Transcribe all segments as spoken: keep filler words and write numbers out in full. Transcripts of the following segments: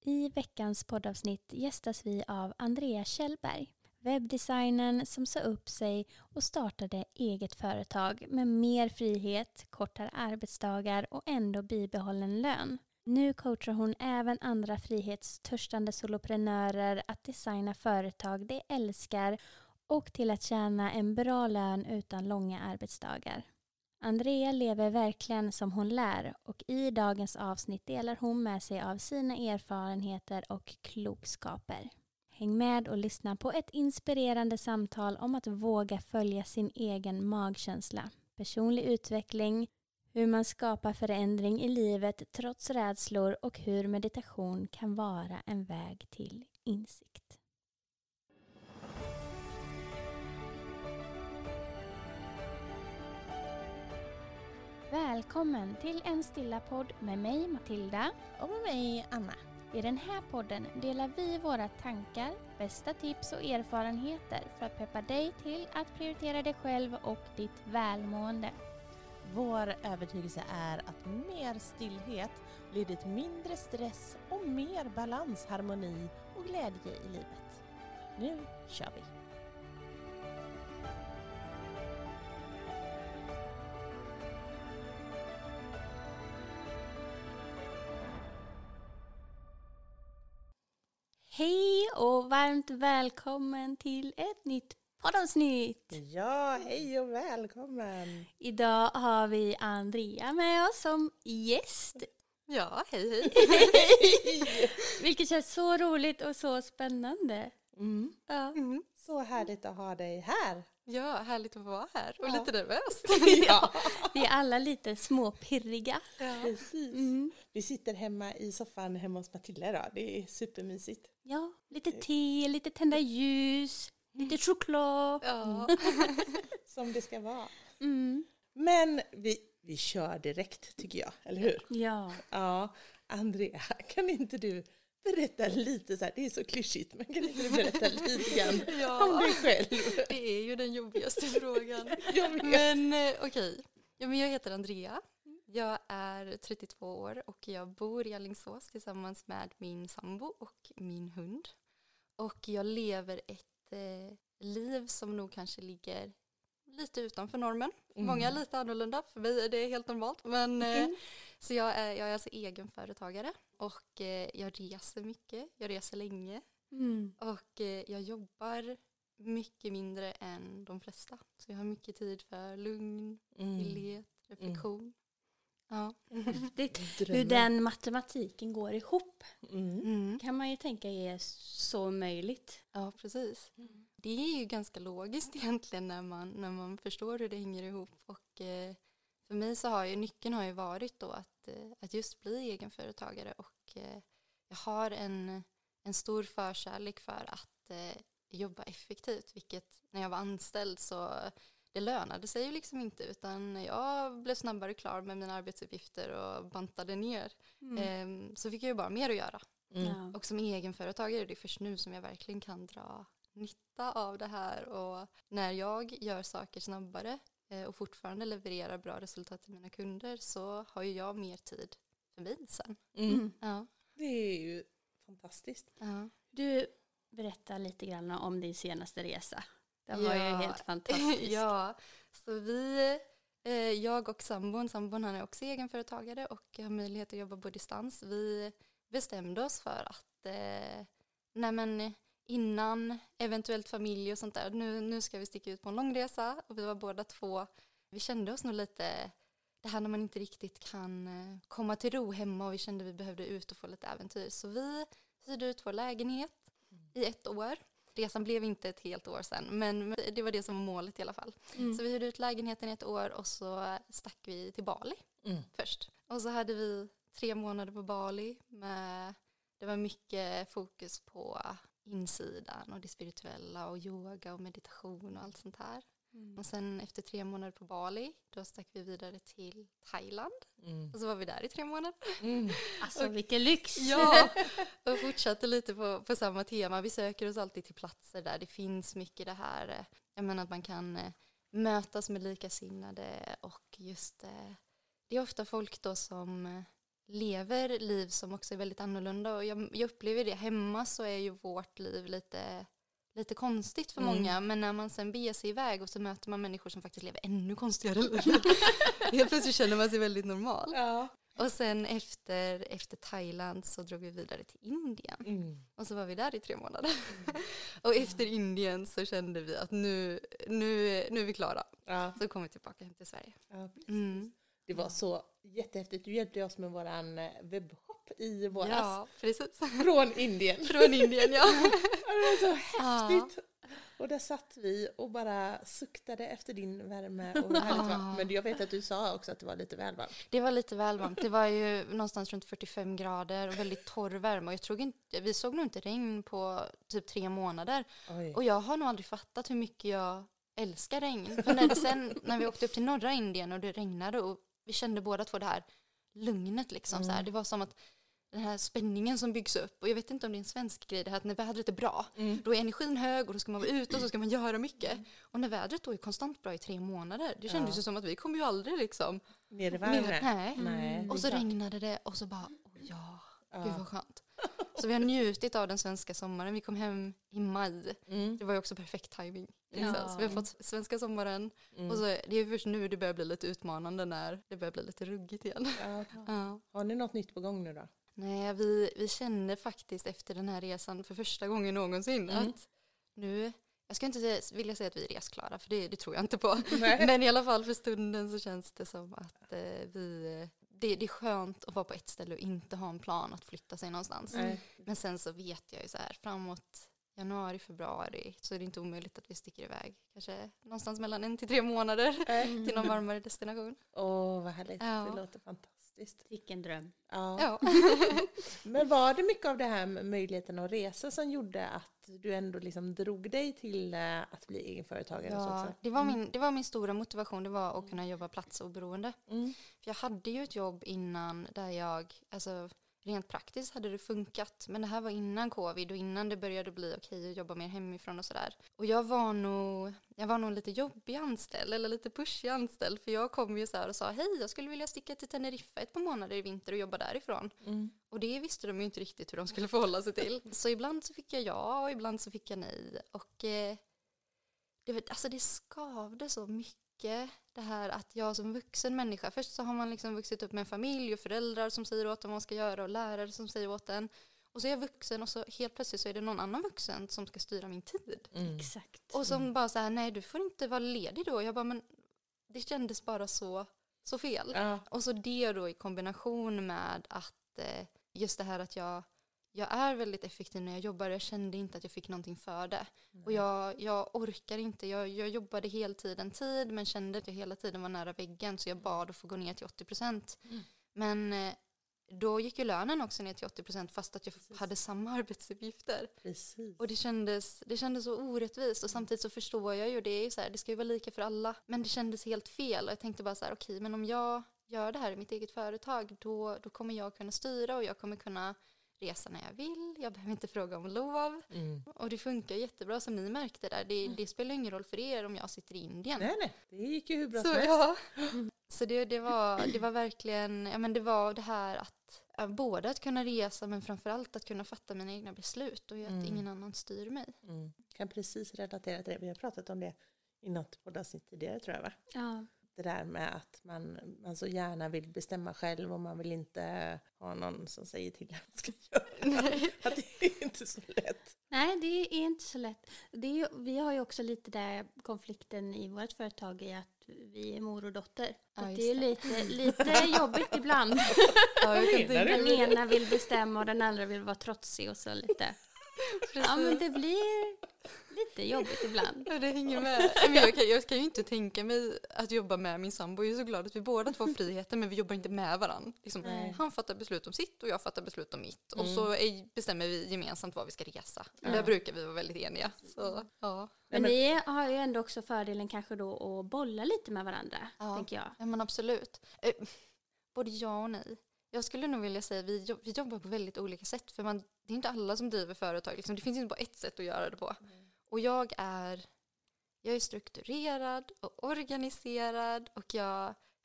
I veckans poddavsnitt gästas vi av Andrea Kjellberg, webbdesignern som sa upp sig och startade eget företag med mer frihet, kortare arbetsdagar och ändå bibehållen lön. Nu coachar hon även andra frihetstörstande soloprenörer att designa företag de älskar och till att tjäna en bra lön utan långa arbetsdagar. Andrea lever verkligen som hon lär och i dagens avsnitt delar hon med sig av sina erfarenheter och klokskaper. Häng med och lyssna på ett inspirerande samtal om att våga följa sin egen magkänsla, personlig utveckling, hur man skapar förändring i livet trots rädslor och hur meditation kan vara en väg till insikt. Välkommen till en stilla podd med mig Matilda och med mig Anna. I den här podden delar vi våra tankar, bästa tips och erfarenheter för att peppa dig till att prioritera dig själv och ditt välmående. Vår övertygelse är att mer stillhet leder till mindre stress och mer balans, harmoni och glädje i livet. Nu kör vi! Hej och varmt välkommen till ett nytt poddavsnitt. Ja, hej och välkommen. Idag har vi Andrea med oss som gäst. Ja, hej hej. Hej! Vilket känns så roligt och så spännande. Mm. Ja. Mm. Så härligt att ha dig här. Ja, härligt att vara här och Ja. lite nervöst. Ja, Vi är alla lite småpirriga. Ja. precis. Mm. Vi sitter hemma i soffan hemma hos Matilda idag. Det är supermysigt. Ja, lite te, lite tända ljus, lite choklad. Ja. Som det ska vara. Mm. Men vi, vi kör direkt tycker jag, eller hur? Ja. Ja, Andrea, kan inte du berätta lite så här, det är så klyschigt, men kan inte du berätta lite grann Ja. om dig själv? Det är ju den jobbigaste frågan. Jag vet. Men eh, okej, ja, men jag heter Andrea. Jag är trettiotvå år och jag bor i Alingsås tillsammans med min sambo och min hund. Och jag lever ett eh, liv som nog kanske ligger lite utanför normen. Mm. Många är lite annorlunda, för mig är det helt normalt. Men, eh, Mm. Så jag är, jag är alltså egenföretagare och eh, jag reser mycket, jag reser länge. Mm. Och eh, jag jobbar mycket mindre än de flesta. Så jag har mycket tid för lugn, Mm. stillhet, reflektion. Ja. Det, hur Drömmen. den matematiken går ihop Mm. Mm. kan man ju tänka är så möjligt. Ja, precis. Det är ju ganska logiskt egentligen när man, när man förstår hur det hänger ihop. Och eh, för mig så har ju nyckeln har ju varit då att, eh, att just bli egenföretagare. Och eh, jag har en, en stor förkärlek för att eh, jobba effektivt. Vilket när jag var anställd så det lönade sig ju liksom inte. Utan jag blev snabbare klar med mina arbetsuppgifter och bantade ner. Mm. Eh, så fick jag ju bara mer att göra. Mm. Ja. Och som egenföretagare är det först nu som jag verkligen kan dra nytta av det här. Och när jag gör saker snabbare eh, och fortfarande levererar bra resultat till mina kunder så har ju jag mer tid för mig sen. Mm. Mm. Ja. Det är ju fantastiskt. Ja. Du berättar lite grann om din senaste resa. Den var ju Ja. helt fantastisk. Ja, så vi, eh, jag och sambon, sambon han är också egenföretagare och har möjlighet att jobba på distans. Vi bestämde oss för att eh, nej men innan eventuellt familj och sånt där, nu, nu ska vi sticka ut på en lång resa. Och vi var båda två, vi kände oss nog lite, det här när man inte riktigt kan eh, komma till ro hemma och vi kände att vi behövde ut och få lite äventyr. Så vi hyrde ut vår lägenhet i ett år. Resan blev inte ett helt år sen, men det var det som var målet i alla fall. Mm. Så vi hyrde ut lägenheten i ett år och så stack vi till Bali Mm. först. Och så hade vi tre månader på Bali. Med, det var mycket fokus på insidan och det spirituella och yoga och meditation och allt sånt här. Mm. Och sen efter tre månader på Bali, då stack vi vidare till Thailand. Mm. Och så var vi där i tre månader. Mm. Alltså vilken lyx! Ja, och fortsatte lite på, på samma tema. Vi söker oss alltid till platser där det finns mycket det här. eh, Jag menar att man kan eh, mötas med likasinnade och just eh, det är ofta folk då som, eh, lever liv som också är väldigt annorlunda. Och jag, jag upplever det. Hemma så är ju vårt liv lite, lite konstigt för Mm. många. Men när man sen beger sig iväg och så möter man människor som faktiskt lever ännu konstigare liv. Helt plötsligt känner man sig väldigt normal. Ja. Och sen efter, efter Thailand så drog vi vidare till Indien. Mm. Och så var vi där i tre månader. Och efter Indien så kände vi att nu, nu, nu är vi klara. Ja. Så kom vi tillbaka hem till Sverige. Ja, precis. Mm. Det var så jättehäftigt. Du hjälpte oss med våran webbshop i våras. Ja, precis. Från Indien. Från Indien, ja. Det var så häftigt. Och där satt vi och bara suktade efter din värme. Och härligt var. Men jag vet att du sa också att det var lite väl varmt. Det var lite väl varmt. Det var ju någonstans runt fyrtiofem grader och väldigt torr värme. Och jag tror inte, vi såg nog inte regn på typ tre månader. Oj. Och jag har nog aldrig fattat hur mycket jag älskar regn. För när, det sen, när vi åkte upp till norra Indien och det regnade och vi kände båda två det här lugnet liksom. Mm. Så här. Det var som att den här spänningen som byggs upp. Och jag vet inte om det är en svensk grej det här att när vädret är bra Mm. då är energin hög och då ska man vara ute och så ska man göra mycket. Och när vädret då är konstant bra i tre månader det kändes Ja. ju som att vi kommer ju aldrig liksom Ner i värme. ner- nej. Nej, Och så det är klart. regnade det och så bara, oh, ja, Ja. gud vad skönt. Så vi har njutit av den svenska sommaren. Vi kom hem i maj. Mm. Det var ju också perfekt timing. Liksom. Ja. Så vi har fått svenska sommaren. Mm. Och så är det är först nu det börjar bli lite utmanande när det börjar bli lite ruggigt igen. Ja. Ja. Har ni något nytt på gång nu då? Nej, vi, vi kände faktiskt efter den här resan för första gången någonsin Mm. att nu, jag ska inte säga, vilja säga att vi är resklara för det, det tror jag inte på. Nej. Men i alla fall för stunden så känns det som att eh, vi, det, det är skönt att vara på ett ställe och inte ha en plan att flytta sig någonstans. Nej. Men sen så vet jag ju så här framåt januari, februari så är det inte omöjligt att vi sticker iväg. Kanske någonstans mellan en till tre månader Nej. till någon varmare destination. Åh, vad härligt. Ja. Det låter fantastiskt. Vilken dröm. Ja. Ja. Men var det mycket av det här med möjligheten att resa som gjorde att du ändå liksom drog dig till eh, att bli egenföretagare? och så Ja, också? det, var min, det var min stora motivation, det var att kunna jobba platsoberoende. Mm. För jag hade ju ett jobb innan där jag, alltså rent praktiskt hade det funkat. Men det här var innan covid och innan det började bli okej att jobba mer hemifrån och sådär. Och jag var nog, jag var nog lite jobbig anställd eller lite pushig anställd. För jag kom ju så här och sa hej, jag skulle vilja sticka till Teneriffa ett par månader i vinter och jobba därifrån. Mm. Och det visste de ju inte riktigt hur de skulle förhålla sig till. Så ibland så fick jag ja och ibland så fick jag nej. Och eh, det, alltså det skavde så mycket det här att jag som vuxen människa, först så har man liksom vuxit upp med en familj och föräldrar som säger åt en vad man ska göra och lärare som säger åt en. Och så är jag vuxen och så helt plötsligt så är det någon annan vuxen som ska styra min tid. Mm. Exakt. Och som bara så här, nej du får inte vara ledig då. Jag bara, men det kändes bara så, så fel. Ja. Och så det då i kombination med att eh, just det här att jag, jag är väldigt effektiv när jag jobbar. Jag kände inte att jag fick någonting för det. Och jag, jag orkar inte. Jag, jag jobbade heltid en tid men kände att jag hela tiden var nära väggen. Så jag bad att få gå ner till åttio procent. Mm. Men eh, då gick ju lönen också ner till åttio procent fast att jag Precis. hade samma arbetsuppgifter. Precis. Och det kändes, det kändes så orättvist och samtidigt så förstår jag ju, det är ju så här, det ska ju vara lika för alla. Men det kändes helt fel och jag tänkte bara så här, okej, men om jag gör det här i mitt eget företag då, då kommer jag kunna styra och jag kommer kunna resa när jag vill. Jag behöver inte fråga om lov. Mm. Och det funkar jättebra som ni märkte där. Det, det spelar ingen roll för er om jag sitter i Indien. Nej, nej. Det gick ju hur bra Så, som helst. ja. Så det, det, var, det var verkligen, ja men det var det här att ja, både att kunna resa men framförallt att kunna fatta mina egna beslut och att Mm. ingen annan styr mig. Mm. Kan precis relatera till det. Vi har pratat om det i något poddavsnitt tidigare tror jag va? Ja. Det där med att man, man så gärna vill bestämma själv och man vill inte ha någon som säger till vad man ska göra. Nej. Att det är inte så lätt. Nej, det är inte så lätt. Det är ju, vi har ju också lite där konflikten i vårt företag i att vi är mor och dotter. Så Ja, att just det är det. lite, lite jobbigt ibland. Ja, jag kan Menar tänka du? Den ena vill bestämma och den andra vill vara trotsig och så lite. Ja, men det blir lite jobbigt ibland. Ja, det hänger med. Men jag, kan, jag kan ju inte tänka mig att jobba med min sambo. Jag är så glad att vi båda två har friheten men vi jobbar inte med varandra. Liksom, Nej. han fattar beslut om sitt och jag fattar beslut om mitt. Mm. Och så är, bestämmer vi gemensamt var vi ska resa. Ja. Där brukar vi vara väldigt eniga. Så, ja. Men men- vi har ju ändå också fördelen kanske då att bolla lite med varandra, Ja. tänker jag. Ja men absolut. Eh, både ja och nej. Jag skulle nog vilja säga att vi, jobb, vi jobbar på väldigt olika sätt. För man, det är inte alla som driver företag. Liksom. Det finns inte bara ett sätt att göra det på. Mm. Och jag är, jag är strukturerad och organiserad. Och jag,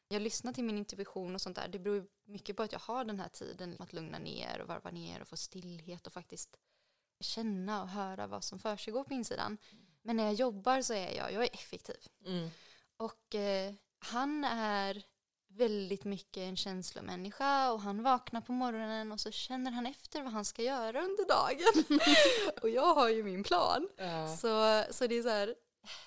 Jag lyssnar till min intuition och sånt där. Det beror mycket på att jag har den här tiden att lugna ner och varva ner och få stillhet och faktiskt känna och höra vad som försiggår på insidan. Men när jag jobbar så är jag, jag är effektiv. Mm. Och eh, han är väldigt mycket en känslomänniska och han vaknar på morgonen och så känner han efter vad han ska göra under dagen. Och jag har ju min plan. Ja. Så, så det är så här,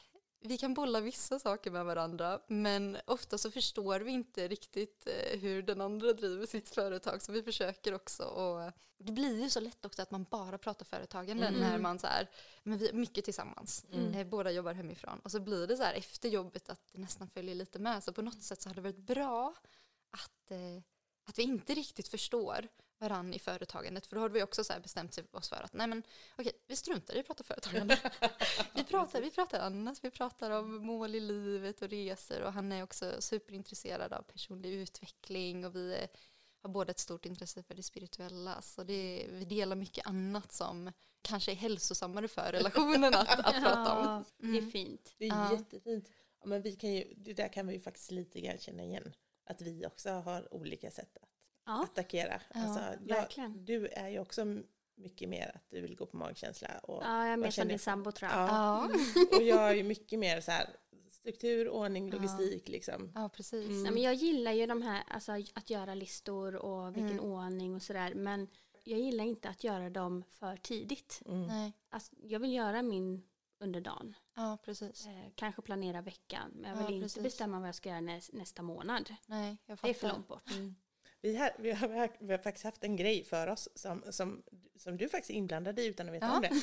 vi kan bolla vissa saker med varandra, men ofta så förstår vi inte riktigt eh, hur den andra driver sitt företag, så vi försöker också. Och det blir ju så lätt också att man bara pratar företagande Mm. när man så här, men vi är mycket tillsammans. Mm. Eh, båda jobbar hemifrån. Och så blir det så här efter jobbet att det nästan följer lite med. Så på något sätt så hade det varit bra att, eh, att vi inte riktigt förstår varann i företagandet. För då har vi också så här bestämt oss för att nej men okej, vi struntar i att prata företagande. vi, pratar, vi pratar annat. Vi pratar om mål i livet och resor. Och han är också superintresserad av personlig utveckling. Och vi är, har båda ett stort intresse för det spirituella. Så det, vi delar mycket annat som kanske är hälsosammare för relationen att, att prata om. Ja, det är Mm. fint. Det är Ja. jättefint. Ja, men vi kan ju, det där kan vi ju faktiskt lite grann känna igen. Att vi också har olika sätt att Ja, attackera. Ja, Alltså, jag, verkligen. du är ju också mycket mer att du vill gå på magkänsla. Och, ja jag är mer vad som känner din du? sambo tror jag. Ja. Ja, och jag är ju mycket mer så här struktur, ordning, Ja. logistik liksom. ja precis. Mm. Nej, men jag gillar ju de här, alltså, att göra listor och vilken Mm. ordning och sådär. Men jag gillar inte att göra dem för tidigt. Mm. Nej, Alltså, jag vill göra min under dagen. ja precis. Eh, kanske planera veckan. Men jag vill Ja, inte precis. bestämma vad jag ska göra näs, nästa månad. Nej, jag Det är för fattar. långt bort. Vi, har, vi, har, vi har faktiskt haft en grej för oss som, som, som du faktiskt är inblandad i utan att veta Ja. om det.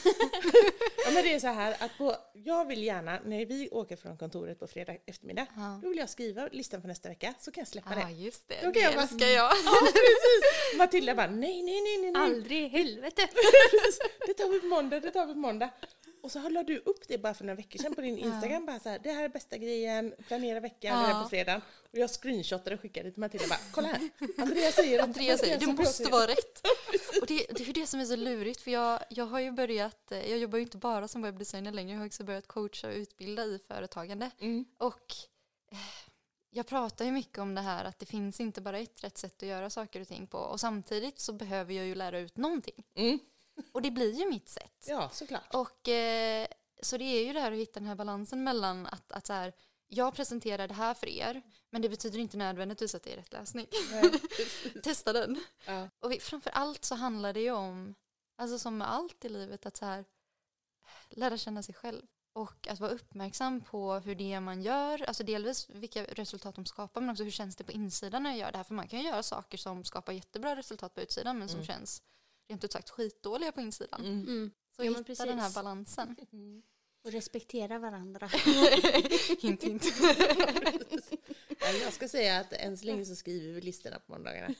Ja, men det är så här att på, jag vill gärna, när vi åker från kontoret på fredag eftermiddag, Ja. då vill jag skriva listan för nästa vecka så kan jag släppa Ja, det. just det. Då kan Det jag bara- älskar jag. Ja, precis. Matilda bara, nej, nej, nej, nej, nej. Aldrig i helvete. Det tar vi på måndag, det tar vi på måndag. Och så la du upp det bara för några veckor sedan på din Ja. Instagram. Bara så här, det här är bästa grejen, planera veckan, Ja. det här på fredag. Och jag screenshotade och skickade till Matilda bara, kolla här. Andreas säger att Andreas säger, det som måste jag vara rätt. Och det, det är ju det som är så lurigt, för jag, jag har ju börjat, eh, jag jobbar ju inte bara som webbdesigner längre, jag har också börjat coacha och utbilda i företagande. Mm. Och eh, jag pratar ju mycket om det här att det finns inte bara ett rätt sätt att göra saker och ting på. Och samtidigt så behöver jag ju lära ut någonting. Mm. Och det blir ju mitt sätt. Ja, såklart. Och eh, så det är ju det här att hitta den här balansen mellan att, att så här, jag presenterar det här för er, men det betyder inte nödvändigtvis att det är rätt lösning. Nej. Testa den. Ja. Och vi, framför allt så handlar det ju om, alltså som med allt i livet, att så här, lära känna sig själv. Och att vara uppmärksam på hur det man gör, alltså delvis vilka resultat de skapar, men också hur känns det på insidan när jag gör det här. För man kan ju göra saker som skapar jättebra resultat på utsidan, men som Mm. känns rent ut sagt skitdåliga på insidan. Mm. Mm. Så Ja, men hitta den här precis. balansen. Och respektera varandra. hint, hint. Ja, jag ska säga att än så länge så skriver vi listorna på måndagarna.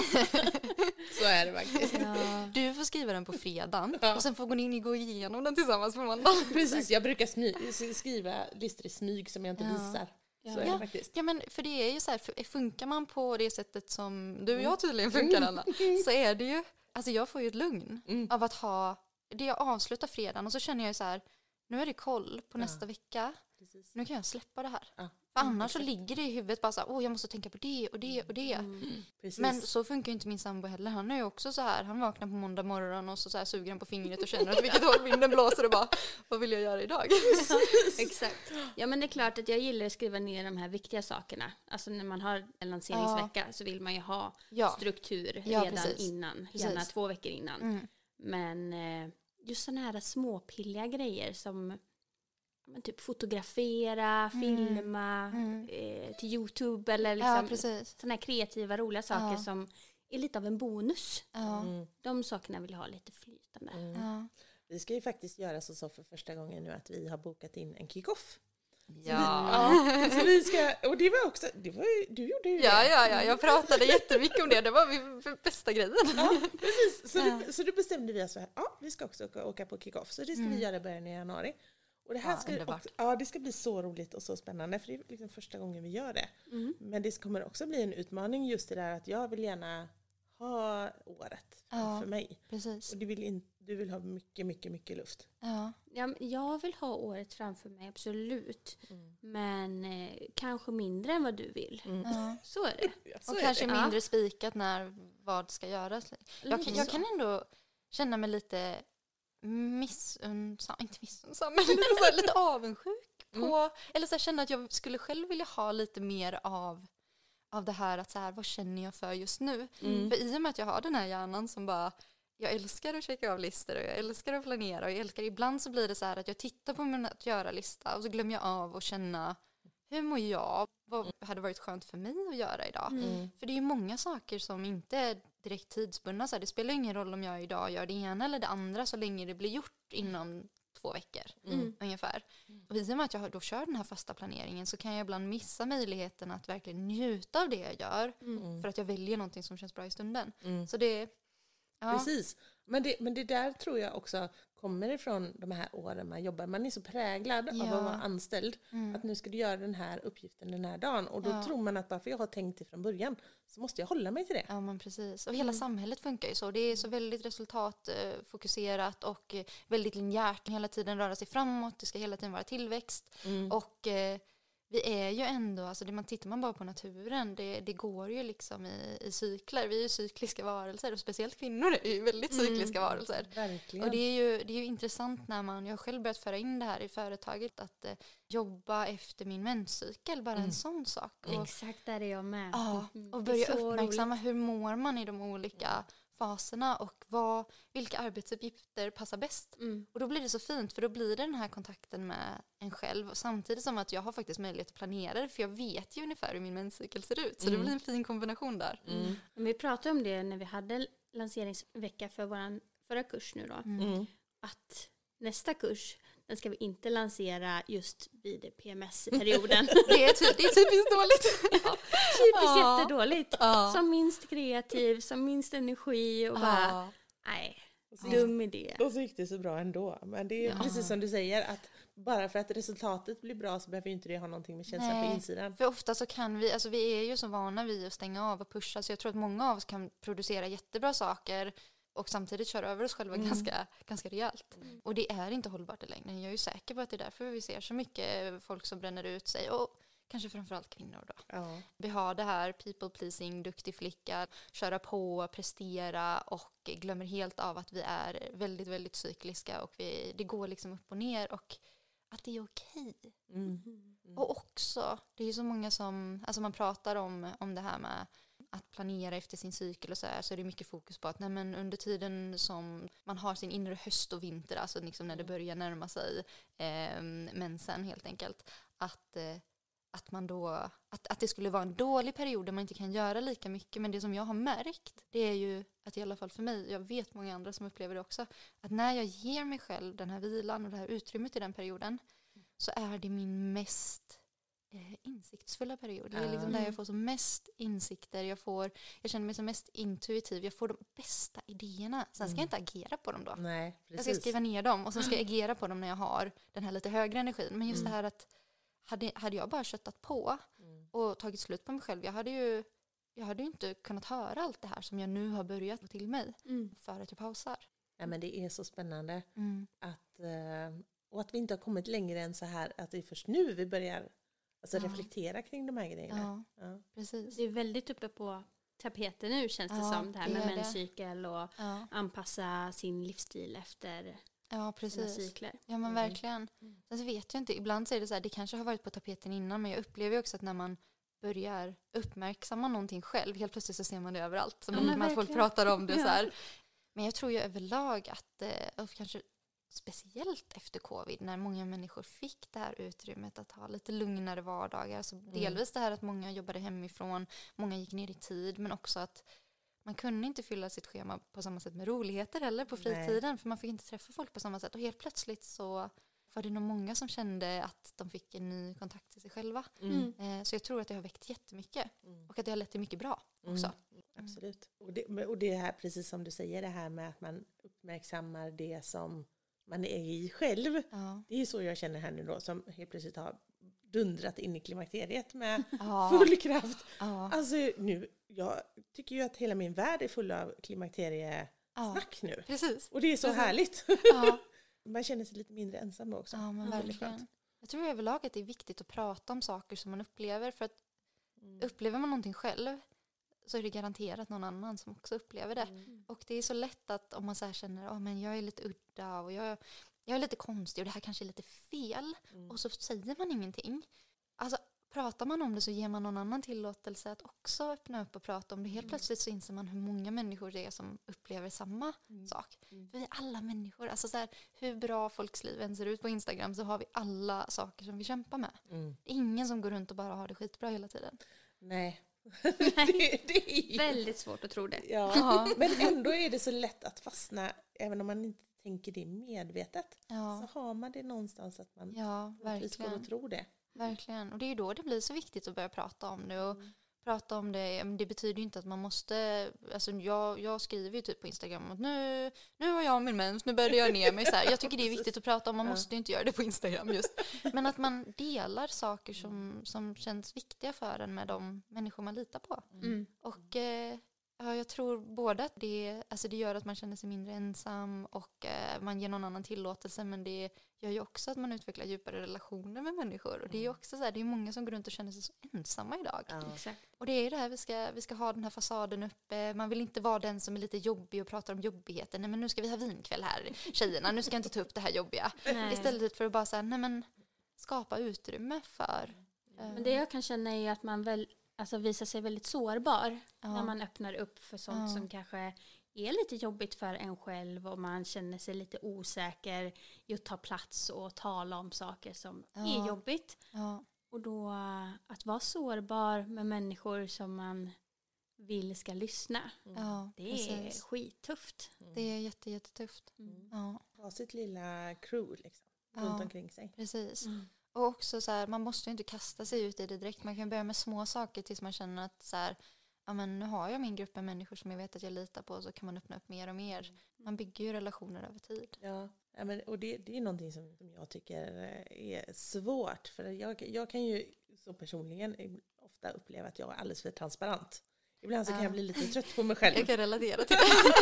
Så är det faktiskt. Ja. Du får skriva den på fredagen Ja. och sen får gå in och gå igenom den tillsammans på måndag. Precis, jag brukar smy- skriva listor i smyg som jag inte Ja. visar. Så är Ja. det faktiskt. Ja, men för det är ju så här, för- funkar man på det sättet som du och Mm. jag tydligen funkar, Anna, så är det ju, alltså jag får ju ett lugn Mm. av att ha, det jag avslutar fredagen och så känner jag ju så här, nu är det koll på Ja. nästa vecka, Precis. nu kan jag släppa det här. Ja. För Mm, annars så exakt. ligger det i huvudet bara så här, åh jag måste tänka på det och det och det. Mm. Precis. Men så funkar ju inte min sambo heller. Han är ju också så här, han vaknar på måndag morgon och så, så här suger han på fingret och känner att vilket håll vinden blåser och bara, vad vill jag göra idag? Exakt. Ja, men det är klart att jag gillar att skriva ner de här viktiga sakerna. Alltså när man har en lanseringsvecka så vill man ju ha Ja. struktur Ja, redan precis. innan. Precis. Gärna två veckor innan. Mm. Men eh, just sådana här småpilliga grejer som ja, men typ fotografera, Mm. filma, Mm. eh, till YouTube eller Ja, liksom precis. sådana här kreativa, roliga saker Ja. som är lite av en bonus. Ja. Mm. De sakerna vill jag ha lite flytande. Mm. Ja. Vi ska ju faktiskt göra så, så för första gången nu att vi har bokat in en kick-off. Ja. Ja, så vi ska, och det var också, det var ju, du gjorde ju Ja, det. ja, ja, jag pratade jättemycket om det. Det var min bästa grejen. Ja, precis. Så, Ja. det, så då bestämde vi oss för att ja, vi ska också åka, åka på kick-off. Så det ska Mm. vi göra i början av januari. Och det här Ja, ska, underbart. också, ja, det ska bli så roligt och så spännande, för det är liksom första gången vi gör det. Mm. Men det kommer också bli en utmaning just det där att jag vill gärna ha året Ja. för mig. Precis. Och det, vill in, du vill ha mycket, mycket, mycket luft. Ja. Ja, men jag vill ha året framför mig, absolut. Mm. Men eh, kanske mindre än vad du vill. Mm. Ja. Så är det. Ja, så Och är kanske det. mindre spikat när vad ska göras. Jag, kan- jag Så. kan ändå känna mig lite missunnsam, inte missunnsam, men lite, så här, lite avundsjuk på, Mm. eller så här, känna att jag skulle själv vilja ha lite mer av, av det här att så här, vad känner jag för just nu? Mm. För i och med att jag har den här hjärnan som bara, jag älskar att checka av listor och jag älskar att planera och jag älskar, ibland så blir det så här att jag tittar på min att göra-lista och så glömmer jag av att känna, hur mår jag? Vad hade varit skönt för mig att göra idag? Mm. För det är ju många saker som inte är direkt tidsbundna. Så här, det spelar ingen roll om jag idag gör det ena eller det andra så länge det blir gjort inom två veckor Mm. ungefär. Och i och med att jag då kör den här fasta planeringen så kan jag ibland missa möjligheten att verkligen njuta av det jag gör Mm. för att jag väljer någonting som känns bra i stunden. Mm. Så det, ja. Precis. Men det, men det där tror jag också kommer ifrån de här åren man jobbar. Man är så präglad av Ja. att vara anställd. Mm. Att nu ska du göra den här uppgiften den här dagen. Och då Ja. tror man att bara för jag har tänkt det från början så måste jag hålla mig till det. Ja, men precis. Och hela Mm. samhället funkar ju så. Det är så väldigt resultatfokuserat och eh, väldigt linjärt. Hela tiden röra sig framåt. Det ska hela tiden vara tillväxt. Mm. Och eh, vi är ju ändå, alltså det man tittar man bara på naturen, det, det går ju liksom i, i cykler. Vi är ju cykliska varelser och speciellt kvinnor är ju väldigt cykliska Mm. varelser. Verkligen. Och det är, ju, det är ju intressant när man, jag har själv börjat föra in det här i företaget, att eh, jobba efter min menscykel, bara Mm. en sån sak. Och, Exakt, där är jag med. ja, Mm. och Det är börja så uppmärksamma hur mår man i de olika faserna och vad, vilka arbetsuppgifter passar bäst. Mm. Och då blir det så fint, för då blir det den här kontakten med en själv. Och samtidigt som att jag har faktiskt möjlighet att planera det, för jag vet ju ungefär hur min menscykel ser ut. Så Mm. det blir en fin kombination där. Mm. Men vi pratade om det när vi hade lanseringsvecka för vår förra kurs nu då. Mm. Att nästa kurs, den ska vi inte lansera just vid P M S-perioden. Det är, ty- det är typiskt dåligt. Typiskt Ja. jättedåligt. Ja. Som minst kreativ, som minst energi och bara, Ja. nej, Och så- dum idé. Och så gick det så bra ändå. Men det är Ja. precis som du säger, att bara för att resultatet blir bra så behöver ju inte det ha någonting med känslan Nej. på insidan. För ofta så kan vi, alltså vi är ju så vana vid att stänga av och pusha, så jag tror att många av oss kan producera jättebra saker och samtidigt köra över oss själva Mm. ganska, ganska rejält. Mm. Och det är inte hållbart i längden. Jag är ju säker på att det är därför vi ser så mycket folk som bränner ut sig, och kanske framförallt kvinnor då. Ja. Vi har det här people pleasing, duktig flicka, köra på, prestera och glömmer helt av att vi är väldigt, väldigt cykliska och vi, det går liksom upp och ner och att det är okej. Mm. Mm. Och också, det är ju så många som, alltså man pratar om, om det här med att planera efter sin cykel och så här, så är det mycket fokus på att nej, men under tiden som man har sin inre höst och vinter, alltså liksom när det börjar närma sig eh, mensen helt enkelt, att eh, att man då, att, att det skulle vara en dålig period där man inte kan göra lika mycket. Men det som jag har märkt, det är ju att i alla fall för mig, jag vet många andra som upplever det också, att när jag ger mig själv den här vilan och det här utrymmet i den perioden, så är det min mest eh, insiktsfulla period. Det är liksom där jag får som mest insikter, jag, får, jag känner mig som mest intuitiv, jag får de bästa idéerna. Sen ska jag inte agera på dem då. Nej, Jag ska precis. skriva ner dem och sen ska jag agera på dem när jag har den här lite högre energin. Men just Mm. det här att hade, hade jag bara köttat på Mm. och tagit slut på mig själv, jag hade ju jag hade ju inte kunnat höra allt det här som jag nu har börjat få till mig Mm. för att jag pausar. Ja, men det är så spännande. Mm. Att, eh, och att vi inte har kommit längre än så här, att det är först nu vi börjar alltså, Ja. reflektera kring de här grejerna. Ja, Ja. precis. Det är väldigt uppe på tapeten nu, känns det Ja, som. Det här det med är det. menscykel och Ja, anpassa sin livsstil efter ja sina precis. cykler. Ja men Mm. verkligen. Mm. Sen så vet jag inte, ibland så är det så här, det kanske har varit på tapeten innan, men jag upplever ju också att när man börjar uppmärksamma någonting själv, helt plötsligt så ser man det överallt. Som Ja, men att folk verkligen. pratar om det Ja. så här. Men jag tror ju överlag att, eh, och kanske speciellt efter covid, när många människor fick det här utrymmet att ha lite lugnare vardagar. Alltså delvis det här att många jobbade hemifrån, många gick ner i tid, men också att man kunde inte fylla sitt schema på samma sätt med roligheter heller på fritiden, Nej. för man fick inte träffa folk på samma sätt. Och helt plötsligt så var det nog många som kände att de fick en ny kontakt till sig själva. Mm. Mm. Eh, så jag tror att det har väckt jättemycket Mm. och att det har lett till mycket bra också. Mm. Absolut. Och det, men- och det här, precis som du säger, det här med att man uppmärksammar det som man är i själv. Ja. Det är så jag känner här nu då, som helt plötsligt har dundrat in i klimakteriet med Ja. full kraft. Ja. Alltså nu, jag tycker ju att hela min värld är full av klimakterie ja. snack nu. Precis. Och det är så Precis. härligt. Ja. Man känner sig lite mindre ensam då också. Ja, men Mm. verkligen. Jag tror överlag att det är viktigt att prata om saker som man upplever. För att Mm. upplever man någonting själv så är det garanterat någon annan som också upplever det. Mm. Och det är så lätt att om man så här känner att oh, jag är lite udda och jag, jag är lite konstig och det här kanske är lite fel. Mm. Och så säger man ingenting. Alltså pratar man om det så ger man någon annan tillåtelse att också öppna upp och prata om det. Helt Mm. plötsligt så inser man hur många människor det är som upplever samma Mm. sak. Mm. För vi är alla människor. Alltså så här, hur bra folks liv än ser ut på Instagram så har vi alla saker som vi kämpar med. Mm. Ingen som går runt och bara har det skitbra hela tiden. Nej. det, det är ju... Väldigt svårt att tro det. Ja. Ja. Men ändå är det så lätt att fastna, även om man inte tänker det medvetet. Ja, Så har man det någonstans att man ja faktiskt går verkligen. och tror det. Verkligen. Och det är ju då det blir så viktigt att börja prata om det. Och Mm. prata om det, men det betyder ju inte att man måste, alltså jag, jag skriver ju typ på Instagram att nu, nu har jag min mens, nu började jag ner mig så här. Jag tycker det är viktigt att prata om, man Ja. måste ju inte göra det på Instagram just. Men att man delar saker som, som känns viktiga för en med de människor man litar på. Mm. Och eh, ja, jag tror både att det, alltså det gör att man känner sig mindre ensam och eh, man ger någon annan tillåtelse, men det gör ju också att man utvecklar djupare relationer med människor. Och det är ju också så här, det är många som går runt och känner sig så ensamma idag. Ja. Exakt. Och det är ju det här, vi ska, vi ska ha den här fasaden uppe. Man vill inte vara den som är lite jobbig och pratar om jobbigheter. Nej men nu ska vi ha vinkväll här, tjejerna. Nu ska jag inte ta upp det här jobbiga. Nej. Istället för att bara säga, nej men skapa utrymme för. eh, Men det jag kan känna är ju att man väl, alltså visar sig väldigt sårbar ja, när man öppnar upp för sånt Ja. som kanske är lite jobbigt för en själv och man känner sig lite osäker i att ta plats och tala om saker som Ja. är jobbigt. ja, Och då äh, att vara sårbar med människor som man vill ska lyssna. ja, Det är precis. skittufft. Det är jätte, jättetufft. Mm. Ja, Ha sitt lilla crew liksom, Ja. runt omkring sig. precis. Mm. Och också så här, man måste ju inte kasta sig ut i det direkt. Man kan börja med små saker tills man känner att så här, ja men nu har jag min grupp med människor som jag vet att jag litar på, så kan man öppna upp mer och mer. Man bygger ju relationer över tid. Ja, ja men, och det, det är någonting som, som jag tycker eh, är svårt. För jag, jag kan ju så personligen ofta uppleva att jag är alldeles för transparent. Ibland så kan Ja. jag bli lite trött på mig själv. Jag kan relatera till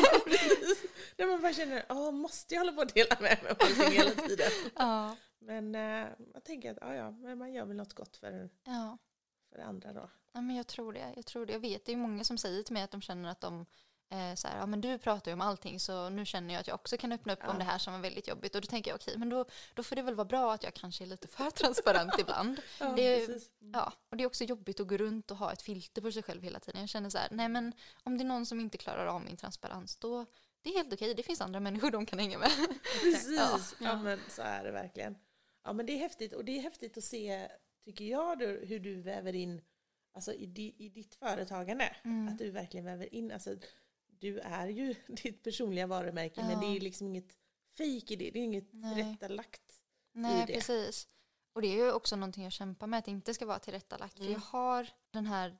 det. När man bara känner, ja måste jag hålla på att dela med mig av allting hela tiden? Ja, Men eh, jag tänker att ja, ja, men man gör väl något gott för, ja. för andra då. Ja, men jag tror det. Jag tror det. Jag vet, det är många som säger till mig att de känner att de eh, så här, ja men du pratar ju om allting så nu känner jag att jag också kan öppna upp Ja. om det här som var väldigt jobbigt. Och då tänker jag okej, men då, då får det väl vara bra att jag kanske är lite för transparent ibland. Ja, Det är- precis. Ja, och det är också jobbigt att gå runt och ha ett filter på sig själv hela tiden. Jag känner så här, nej men om det är någon som inte klarar av min transparens då det är helt okej. Det finns andra människor de kan hänga med. Precis, Ja. ja. Ja. men så är det verkligen. Ja men det är häftigt, och det är häftigt att se, tycker jag, du, hur du väver in, alltså i, di, i ditt företagande, Mm. att du verkligen väver in, alltså du är ju ditt personliga varumärke, Ja. men det är liksom inget fejk i det, det är inget Nej. tillrättalagt. Nej, det. precis. Och det är ju också någonting jag kämpar med, att det inte ska vara tillrättalagt. Mm. För jag har den här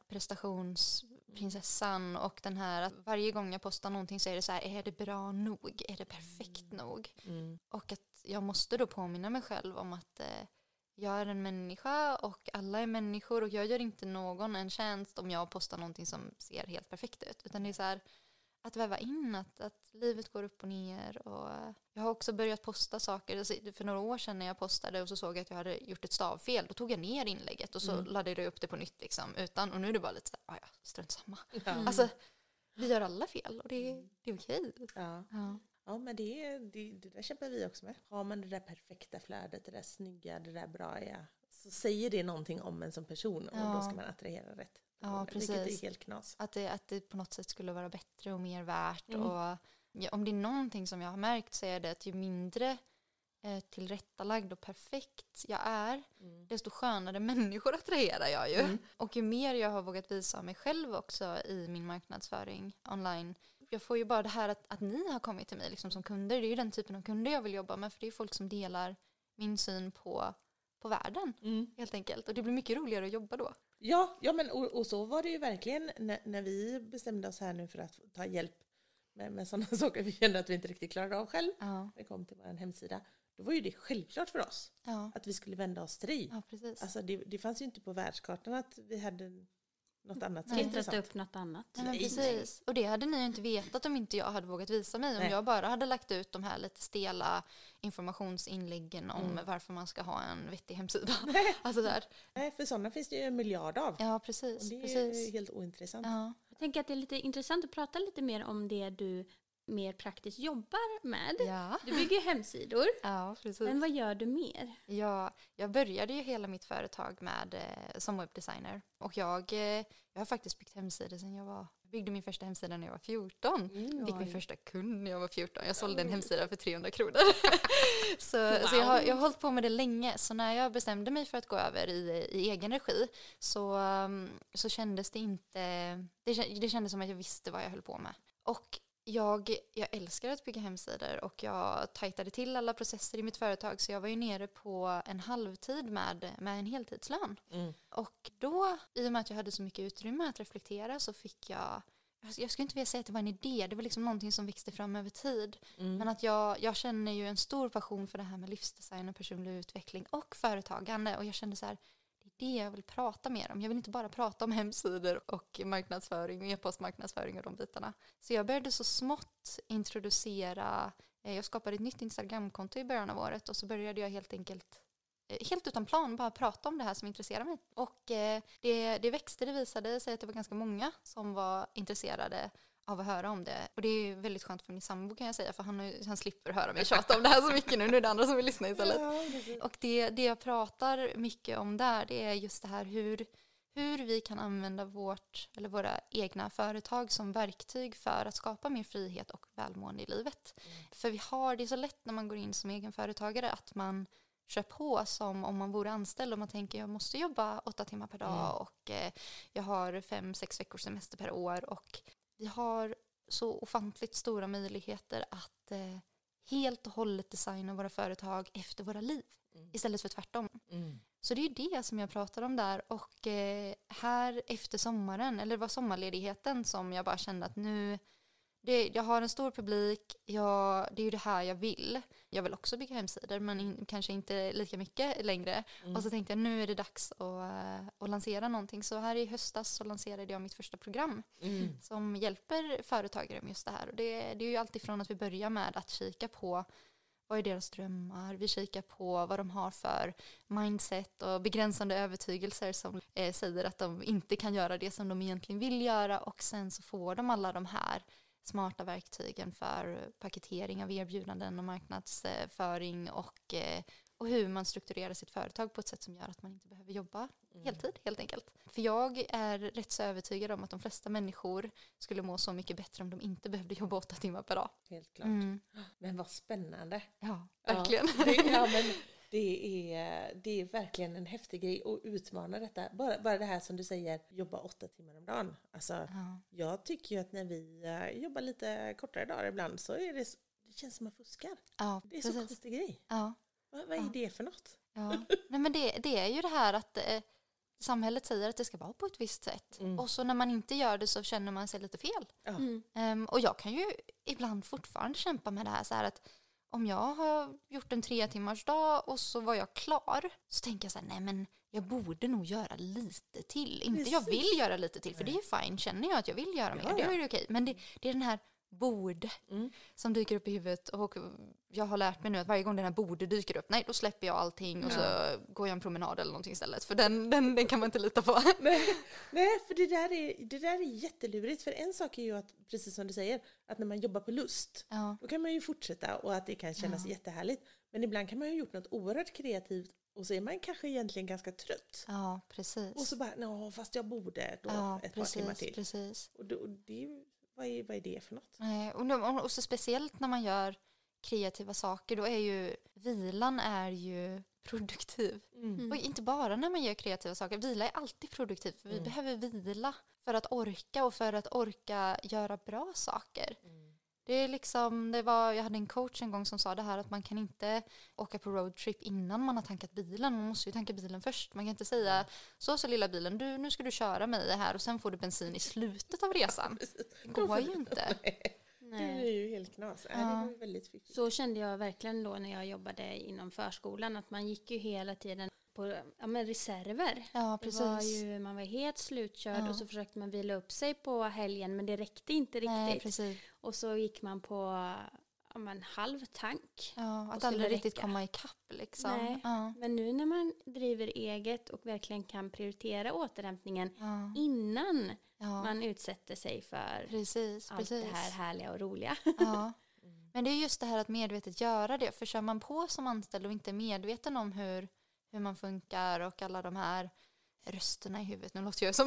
prestationsprinsessan och den här att varje gång jag postar någonting så är det så här, är det bra nog? Är det perfekt nog? Mm. Och att jag måste då påminna mig själv om att eh, jag är en människa och alla är människor och jag gör inte någon en tjänst om jag postar någonting som ser helt perfekt ut. Utan det är så här, att väva in att, att livet går upp och ner. Och jag har också börjat posta saker. Alltså, för några år sedan när jag postade och så såg jag att jag hade gjort ett stavfel, då tog jag ner inlägget och så Mm. laddade jag upp det på nytt. Liksom, utan, och nu är det bara lite så här, ah, ja, strunt samma. Ja. Mm. Alltså, vi gör alla fel och det, är- det är okej. Ja. Ja. Ja, men det, är- det, det där kämpar vi också med. Har man det där perfekta flödet, det där snygga, det där bra, ja, så säger det någonting om en som person, och Ja. då ska man attrahera rätt Ja, personer, vilket är precis. helt knas. Att det, att det på något sätt skulle vara bättre och mer värt. Mm. Och, ja, om det är någonting som jag har märkt så är det att ju mindre eh, tillrättalagd och perfekt jag är, Mm. desto skönare människor attraherar jag ju. Mm. Och ju mer jag har vågat visa mig själv också i min marknadsföring online. Jag får ju bara det här att, att ni har kommit till mig liksom som kunder. Det är ju den typen av kunder jag vill jobba med. För det är folk som delar min syn på, på världen Mm. helt enkelt. Och det blir mycket roligare att jobba då. Ja, ja men, och, och så var det ju verkligen när, när vi bestämde oss här nu för att ta hjälp med, med sådana saker vi kände att vi inte riktigt klarade av själv. Ja, Vi kom till vår hemsida. Då var ju det självklart för oss ja, att vi skulle vända oss till dig. ja precis. Alltså det, det fanns ju inte på världskartan att vi hade något annat. Klättrat intressant. upp något annat. Nej, men Nej, precis. Och det hade ni ju inte vetat om inte jag hade vågat visa mig. Om Nej. jag bara hade lagt ut de här lite stela informationsinläggen om Mm. varför man ska ha en vettig hemsida. Alltså där. Nej, för sådana finns det ju en miljard av. Ja, Och precis. det är precis. helt ointressant. Ja. Jag tänker att det är lite intressant att prata lite mer om det du mer praktiskt jobbar med. Ja. Du bygger hemsidor, ja, precis. men vad gör du mer? Ja, jag började ju hela mitt företag med, eh, som webbdesigner. Och jag, eh, jag har faktiskt byggt hemsidor sedan jag var... byggde min första hemsida när jag var fjorton. Mm. Fick min Oj. första kund när jag var fjorton. Jag sålde en Oj. hemsida för trehundra kronor. så så jag, har, jag har hållit på med det länge. Så när jag bestämde mig för att gå över i, i egen regi så, um, så kändes det inte... Det, kä- det kändes som att jag visste vad jag höll på med. Och jag, jag älskar att bygga hemsidor och jag tajtade till alla processer i mitt företag. Så jag var ju nere på en halvtid med, med en heltidslön. Mm. Och då, i och med att jag hade så mycket utrymme att reflektera så fick jag... Jag skulle inte vilja säga att det var en idé, det var liksom någonting som växte fram över tid. Mm. Men att jag, jag känner ju en stor passion för det här med livsdesign och personlig utveckling och företagande. Och jag kände så här, det är det jag vill prata mer om. Jag vill inte bara prata om hemsidor och marknadsföring och e-postmarknadsföring och de bitarna. Så jag började så smått introducera, eh, jag skapade ett nytt Instagramkonto i början av året och så började jag helt enkelt helt utan plan bara prata om det här som intresserar mig. Och eh, det, det växte, det visade sig att det var ganska många som var intresserade av att höra om det. Och det är ju väldigt skönt för min sambo kan jag säga, för han, har ju, han slipper höra mig tjata om det här så mycket nu. Nu är det andra som vill lyssna istället. Ja, precis. Och det, det jag pratar mycket om där, det är just det här hur, hur vi kan använda vårt, eller våra egna företag som verktyg för att skapa mer frihet och välmående i livet. Mm. För vi har, det är så lätt när man går in som egenföretagare att man kör på som om man vore anställd och man tänker jag måste jobba åtta timmar per dag Mm. och eh, jag har fem, sex veckors semester per år och vi har så ofantligt stora möjligheter att eh, helt och hållet designa våra företag efter våra liv Mm. istället för tvärtom. Mm. Så det är ju det som jag pratar om där och eh, här efter sommaren, eller det var sommarledigheten som jag bara kände att nu Det, jag har en stor publik, jag, det är ju det här jag vill. Jag vill också bygga hemsidor men in, kanske inte lika mycket längre. Mm. Och så tänkte jag nu är det dags att, uh, att lansera någonting. Så här i höstas så lanserade jag mitt första program Mm. som hjälper företagare med just det här. Och det, det är ju alltid från att vi börjar med att kika på vad är deras drömmar, vi kikar på vad de har för mindset och begränsande övertygelser som eh, säger att de inte kan göra det som de egentligen vill göra och sen så får de alla de här smarta verktygen för paketering av erbjudanden och marknadsföring och, eh, och hur man strukturerar sitt företag på ett sätt som gör att man inte behöver jobba Mm. heltid helt enkelt. För jag är rätt så övertygad om att de flesta människor skulle må så mycket bättre om de inte behövde jobba åtta timmar per dag. Helt klart. Mm. Men vad spännande. Ja, Ja, verkligen. det, ja, men det, är, det är verkligen en häftig grej att utmana detta. Bara, bara det här som du säger, jobba åtta timmar om dagen. Alltså, Ja. jag tycker ju att när vi uh, jobbar lite kortare dagar ibland så är det, det känns som man fuskar. Ja, Det är så precis. konstig grej. Ja, Vad, vad är Ja. det för något? ja. Nej, men det, det är ju det här att eh, samhället säger att det ska vara på ett visst sätt. Mm. Och så när man inte gör det så känner man sig lite fel. Ja. Mm. Um, och jag kan ju ibland fortfarande kämpa med det här så här att om jag har gjort en tre timmars dag och så var jag klar så tänker jag så här, nej men jag borde nog göra lite till. Inte jag Precis. vill göra lite till för Nej. det är fine. Känner jag att jag vill göra mer, Ja, det ja. är det okej. Men det, det är den här borde Mm. som dyker upp i huvudet och jag har lärt mig nu att varje gång den här borde dyker upp, nej då släpper jag allting och Ja. så går jag en promenad eller någonting istället. För den, den, den kan man inte lita på. Nej, nej, för det där, är, det där är jättelurigt. För en sak är ju att, precis som du säger, att när man jobbar på lust, Ja, då kan man ju fortsätta och att det kan kännas Ja. jättehärligt. Men ibland kan man ju ha gjort något oerhört kreativt och så är man kanske egentligen ganska trött. ja precis. Och så bara, ja fast jag borde då ja, ett par timmar precis, till. precis. Och, då, och det, är ju- vad, är, vad är det för något? Nej, och, nu- och så speciellt när man gör kreativa saker, då är ju vilan är ju produktiv. Mm. Och inte bara när man gör kreativa saker, vila är alltid produktivt för vi Mm. behöver vila för att orka och för att orka göra bra saker. Mm. Det är liksom, det var, jag hade en coach en gång som sa det här att man kan inte åka på roadtrip innan man har tankat bilen. Man måste ju tanka bilen först. Man kan inte säga så så lilla bilen, du, nu ska du köra mig här och sen får du bensin i slutet av resan. Det går ju inte. Det är ju helt knas. Ja. Det Ja. var ju väldigt fiffigt. Så kände jag verkligen då när jag jobbade inom förskolan att man gick ju hela tiden på ja, men reserver. Ja, precis. Det var ju, man var helt slutkörd Ja. och så försökte man vila upp sig på helgen men det räckte inte riktigt. Nej, precis. Och så gick man på ja, men halv tank. Ja, Och att skulle aldrig riktigt räcka. komma ikapp liksom. Nej. Ja. Men nu när man driver eget och verkligen kan prioritera återhämtningen Ja. innan Ja. man utsätter sig för Precis, allt precis. det här härliga och roliga. Ja. Men det är just det här att medvetet göra det. För kör man på som anställd och inte är medveten om hur, hur man funkar och alla de här rösterna i huvudet. Nu låter jag som...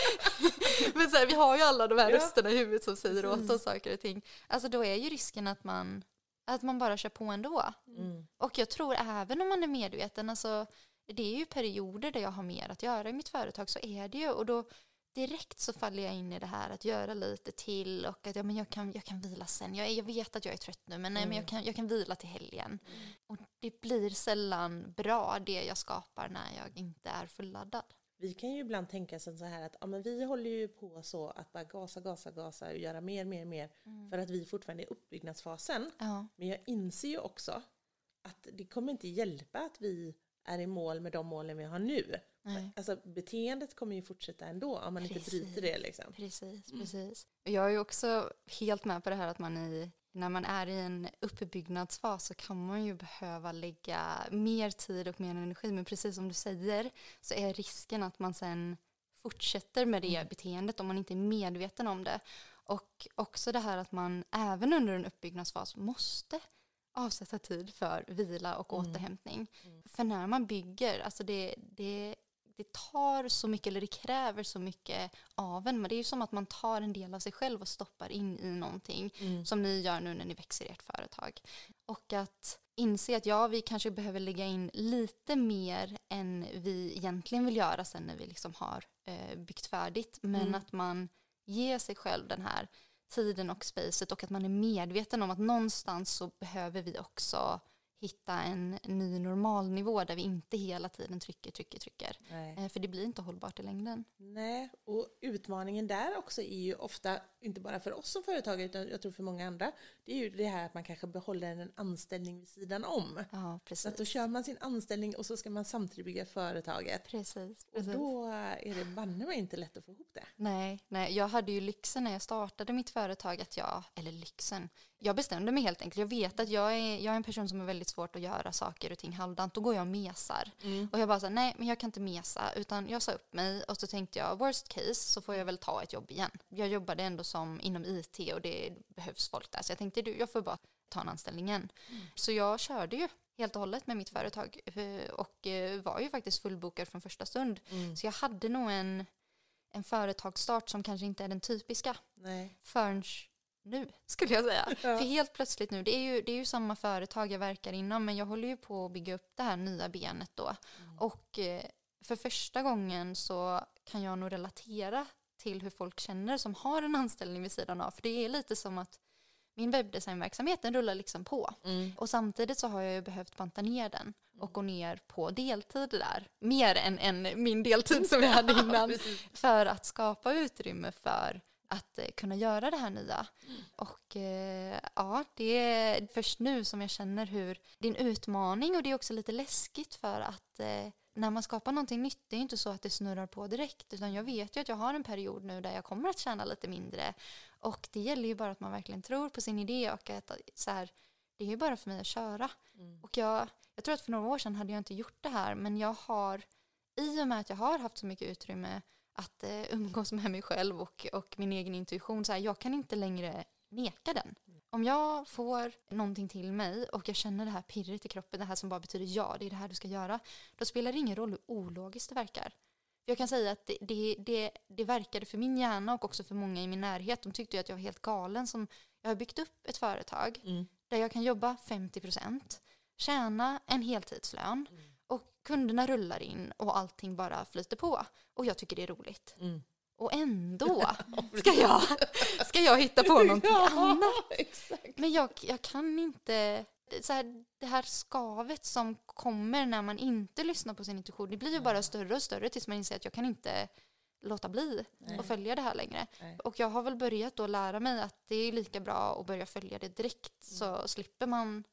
Men så här, vi har ju alla de här Ja. rösterna i huvudet som säger åt Mm. oss saker och ting. Alltså då är ju risken att man, att man bara kör på ändå. Mm. Och jag tror även om man är medveten, alltså det är ju perioder där jag har mer att göra i mitt företag, så är det ju. Och då direkt så faller jag in i det här att göra lite till och att ja, men jag, kan, jag kan vila sen. Jag, jag vet att jag är trött nu men, nej, men jag, kan, jag kan vila till helgen. Och det blir sällan bra det jag skapar när jag inte är fulladdad. Vi kan ju ibland tänka så här att ja, men vi håller ju på så att bara gasa, gasa, gasa och göra mer, mer, mer Mm. för att vi fortfarande är i uppbyggnadsfasen. Ja, Men jag inser ju också att det kommer inte hjälpa att vi är i mål med de målen vi har nu. nej. Alltså beteendet kommer ju fortsätta ändå om man inte Precis. bryter det liksom. Precis, precis. Jag är ju också helt med på det här att man i, när man är i en uppbyggnadsfas så kan man ju behöva lägga mer tid och mer energi. Men precis som du säger så är risken att man sen fortsätter med det Mm. beteendet om man inte är medveten om det. Och också det här att man även under en uppbyggnadsfas måste avsätta tid för vila och Mm. återhämtning. Mm. För när man bygger, alltså det, det, det tar så mycket, eller det kräver så mycket av en. Men det är ju som att man tar en del av sig själv och stoppar in i någonting Mm. som ni gör nu när ni växer ert företag. Och att inse att ja, vi kanske behöver lägga in lite mer än vi egentligen vill göra sen när vi liksom har eh, byggt färdigt. Men Mm. att man ger sig själv den här tiden och spacet och att man är medveten om att någonstans så behöver vi också hitta en ny normalnivå där vi inte hela tiden trycker, trycker, trycker. Nej. Eh, för det blir inte hållbart i längden. Nej, och utmaningen där också är ju ofta, inte bara för oss som företagare utan jag tror för många andra, det är ju det här att man kanske behåller en anställning vid sidan om. Ja, Så precis. att då kör man sin anställning och så ska man samtidigt bygga företaget. Precis, Och precis. då är det banne mig inte lätt att få ihop det. Nej, nej, jag hade ju lyxen när jag startade mitt företag att jag, eller lyxen, jag bestämde mig helt enkelt. Jag vet att jag är, jag är en person som är väldigt svårt att göra saker och ting halvdant. Då går jag och mesar. Och jag bara så här, nej men jag kan inte mesa. Utan jag sa upp mig och så tänkte jag, worst case så får jag väl ta ett jobb igen. Jag jobbade ändå som inom I T och det behövs folk där. Så jag tänkte, du, jag får bara ta en anställning igen. Mm. Så jag körde ju helt och hållet med mitt företag. eh, Och eh, var ju faktiskt fullbokad från första stund. Mm. Så jag hade nog en, en företagsstart som kanske inte är den typiska Nej. förrän nu, skulle jag säga. Ja. För helt plötsligt nu, det är, ju, det är ju samma företag jag verkar inom, men jag håller ju på att bygga upp det här nya benet då. Mm. Och eh, för första gången så kan jag nog relatera till hur folk känner som har en anställning vid sidan av. För det är lite som att min webbdesignverksamhet, den rullar liksom på. Mm. Och samtidigt så har jag ju behövt banta ner den och gå ner på deltid där. Mer än, än min deltid som jag hade innan. Precis. För att skapa utrymme för att eh, kunna göra det här nya. Och eh, ja, det är först nu som jag känner hur det är en utmaning och det är också lite läskigt för att eh, när man skapar någonting nytt, det är inte så att det snurrar på direkt, utan jag vet ju att jag har en period nu där jag kommer att tjäna lite mindre. Och det gäller ju bara att man verkligen tror på sin idé och att så här, det är ju bara för mig att köra. Mm. Och jag, jag tror att för några år sedan hade jag inte gjort det här, men jag har, i och med att jag har haft så mycket utrymme att eh, umgås med mig själv och, och min egen intuition, så här, jag kan inte längre neka den. Om jag får någonting till mig och jag känner det här pirret i kroppen, det här som bara betyder ja, det är det här du ska göra, då spelar det ingen roll hur ologiskt det verkar. Jag kan säga att det, det, det, det verkade för min hjärna och också för många i min närhet. De tyckte ju att jag var helt galen. Som, jag har byggt upp ett företag Mm. där jag kan jobba femtio procent, tjäna en heltidslön Mm. och kunderna rullar in och allting bara flyter på. Och jag tycker det är roligt. Mm. Och ändå ska jag, ska jag hitta på någonting annat. Exakt. Men jag, jag kan inte... Så här, det här skavet som kommer när man inte lyssnar på sin intuition, det blir ju bara större och större tills man inser att jag kan inte låta bli Nej. och följa det här längre. Nej. Och jag har väl börjat då lära mig att det är lika bra att börja följa det direkt, så slipper man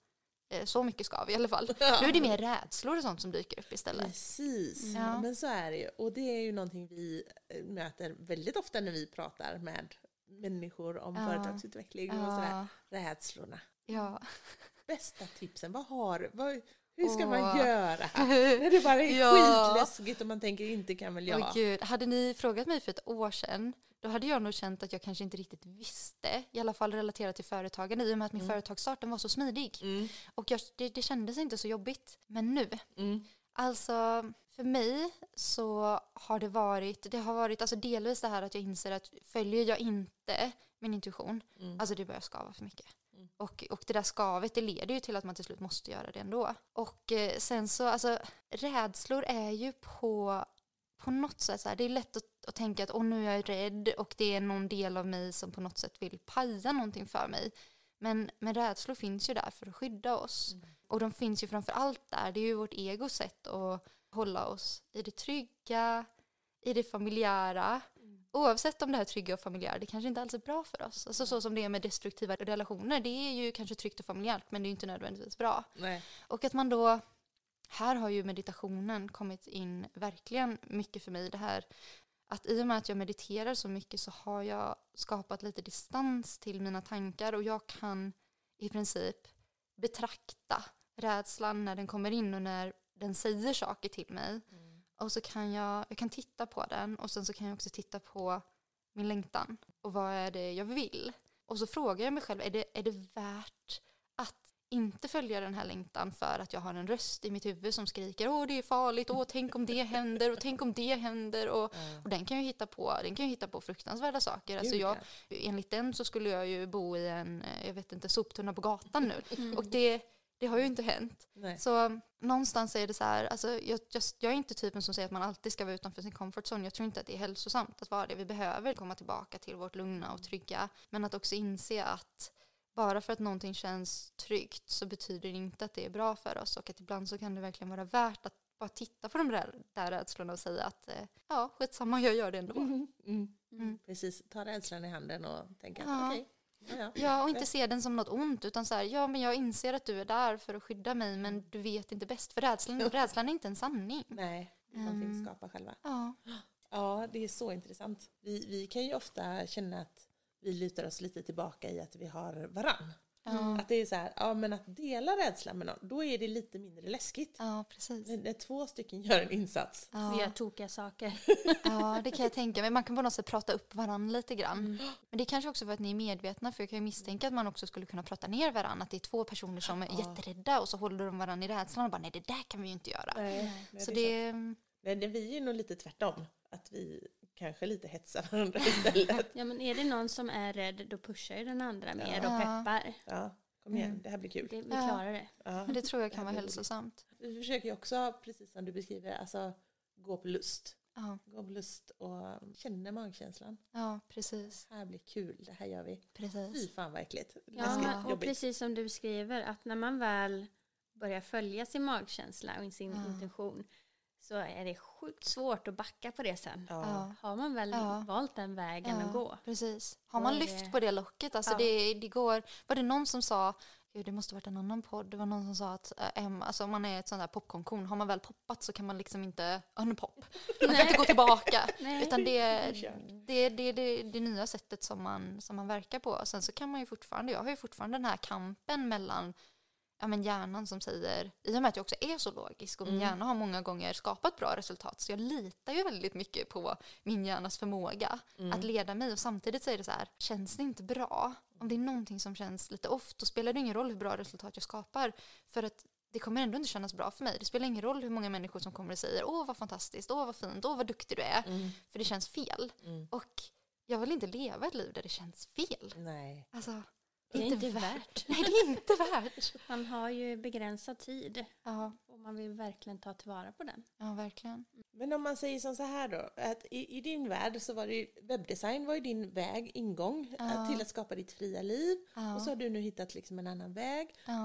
Eh, så mycket ska vi i alla fall. Ja. Nu är det mer rädslor och sånt som dyker upp istället. Precis, Mm. ja. Ja. Men så är det ju. Och det är ju någonting vi möter väldigt ofta när vi pratar med människor om Ja. företagsutveckling och sådär. Ja. Rädslorna. Ja. Bästa tipsen, vad har vad, hur ska Åh. man göra? När det bara är Ja. skitläskigt och man tänker inte kan väl jag. Åh, Gud. Hade ni frågat mig för ett år sedan, då hade jag nog känt att jag kanske inte riktigt visste, i alla fall relaterat till företagande, i och med att min Mm. företagsstart den var så smidig. Mm. Och jag, det, det kändes inte så jobbigt. Men nu, Mm. alltså för mig så har det varit, det har varit alltså delvis det här att jag inser att följer jag inte min intuition, Mm. alltså det börjar skava för mycket. Mm. Och, och det där skavet, det leder ju till att man till slut måste göra det ändå. Och eh, sen så, alltså rädslor är ju på, på något sätt så här, det är lätt att, att tänka att åh, nu är jag rädd och det är någon del av mig som på något sätt vill paja någonting för mig. Men, men rädslor finns ju där för att skydda oss. Mm. Och de finns ju framför allt där, det är ju vårt egos sätt att hålla oss i det trygga, i det familjära. Oavsett om det här trygga och familjära, det kanske inte alls är bra för oss. Alltså så som det är med destruktiva relationer, det är ju kanske tryggt och familjärt, men det är ju inte nödvändigtvis bra. Nej. Och att man då, här har ju meditationen kommit in verkligen mycket för mig. Det här att i och med att jag mediterar så mycket så har jag skapat lite distans till mina tankar och jag kan i princip betrakta rädslan när den kommer in och när den säger saker till mig. Mm. Och så kan jag, jag kan titta på den och sen så kan jag också titta på min längtan och vad är det jag vill. Och så frågar jag mig själv, är det, är det värt att inte följa den här längtan för att jag har en röst i mitt huvud som skriker åh det är farligt, åh tänk om det händer och tänk om det händer och, Ja. och den kan ju hitta på, den kan ju hitta på fruktansvärda saker. Alltså Gud, jag, ja. enligt den så skulle jag ju bo i en, jag vet inte, soptunna på gatan nu. Mm. Och det, det har ju inte hänt. Nej. Så någonstans är det så här, alltså jag, just, jag är inte typen som säger att man alltid ska vara utanför sin comfort zone. Jag tror inte att det är hälsosamt att vara det. Vi behöver komma tillbaka till vårt lugna och trygga. Men att också inse att bara för att någonting känns tryggt så betyder det inte att det är bra för oss. Och att ibland så kan det verkligen vara värt att bara titta på de där, där rädslorna och säga att eh, ja, skitsamma, jag gör det ändå. Mm. Mm. Mm. Precis, ta rädslan i handen och tänka Ja. att okej. Ja, ja. Ja, och inte se den som något ont utan så här, ja men jag inser att du är där för att skydda mig men du vet inte bäst för rädslan, rädslan är inte en sanning. Nej, det är någonting vi Mm. skapar själva. Ja, Ja, det är så intressant. Vi, vi kan ju ofta känna att vi lutar oss lite tillbaka i att vi har varann. ja, Att det är så här, ja men att dela rädslan med någon, då är det lite mindre läskigt. ja precis. Men när två stycken gör en insats. Vi gör Ja, tokiga saker. ja, det kan jag tänka mig. Man kan på något sätt prata upp varandra lite grann. Mm. Men det är kanske också för att ni är medvetna, för jag kan ju misstänka att man också skulle kunna prata ner varandra. Att det är två personer som är Ja. jätterädda och så håller de varandra i rädslan och bara nej det där kan vi ju inte göra. Nej, nej, Så det är det, sant. Nej, det- vi är nog lite tvärtom. Att vi kanske lite hetsar varandra istället. Ja, men är det någon som är rädd, då pushar ju den andra mer Ja. och peppar. Ja, kom igen, Mm. det här blir kul. Det, vi Ja. klarar det. Ja. det tror jag Det kan här vara blir roligt. hälsosamt. Vi försöker ju också, precis som du beskriver, alltså gå på lust. Ja, Gå på lust och känna magkänslan. ja precis. Det här blir kul, det här gör vi. Fy precis. fan vad äckligt. Ja, Läskigt, men- och jobbigt. precis som du beskriver, att när man väl börjar följa sin magkänsla och sin Ja. intention så är det sjukt svårt att backa på det sen. Ja. Ja. Har man väl Ja. valt den vägen att gå? Precis. Har Då man är lyft det- på det locket, alltså Ja. det, det går, var det någon som sa, gud det måste varit en annan podd, det var någon som sa att äh, em, alltså om man är ett sånt där popcornkorn, har man väl poppat så kan man liksom inte unpop. Man kan inte gå tillbaka. Nej. Utan det är Det är kört. det, det, det, det nya sättet som man, som man verkar på. Sen så kan man ju fortfarande, jag har ju fortfarande den här kampen mellan ja, men hjärnan som säger, i och med att jag också är så logisk och min Mm. hjärna har många gånger skapat bra resultat så jag litar ju väldigt mycket på min hjärnas förmåga Mm. att leda mig och samtidigt säger det så här, känns det inte bra? Om det är någonting som känns lite off då spelar det ingen roll hur bra resultat jag skapar för att det kommer ändå inte kännas bra för mig. Det spelar ingen roll hur många människor som kommer och säger åh vad fantastiskt, åh vad fint, åh vad duktig du är. Mm. För det känns fel. Mm. Och jag vill inte leva ett liv där det känns fel. Nej. Alltså, Det är inte värt. Nej, det är inte värt. Man har ju begränsad tid Ja, och man vill verkligen ta tillvara på den. ja verkligen. Men om man säger som så här då, att i, i din värld så var det ju, webbdesign var ju din väg, ingång Ja. eh, till att skapa ditt fria liv. Ja, Och så har du nu hittat liksom en annan väg. ja, Vi har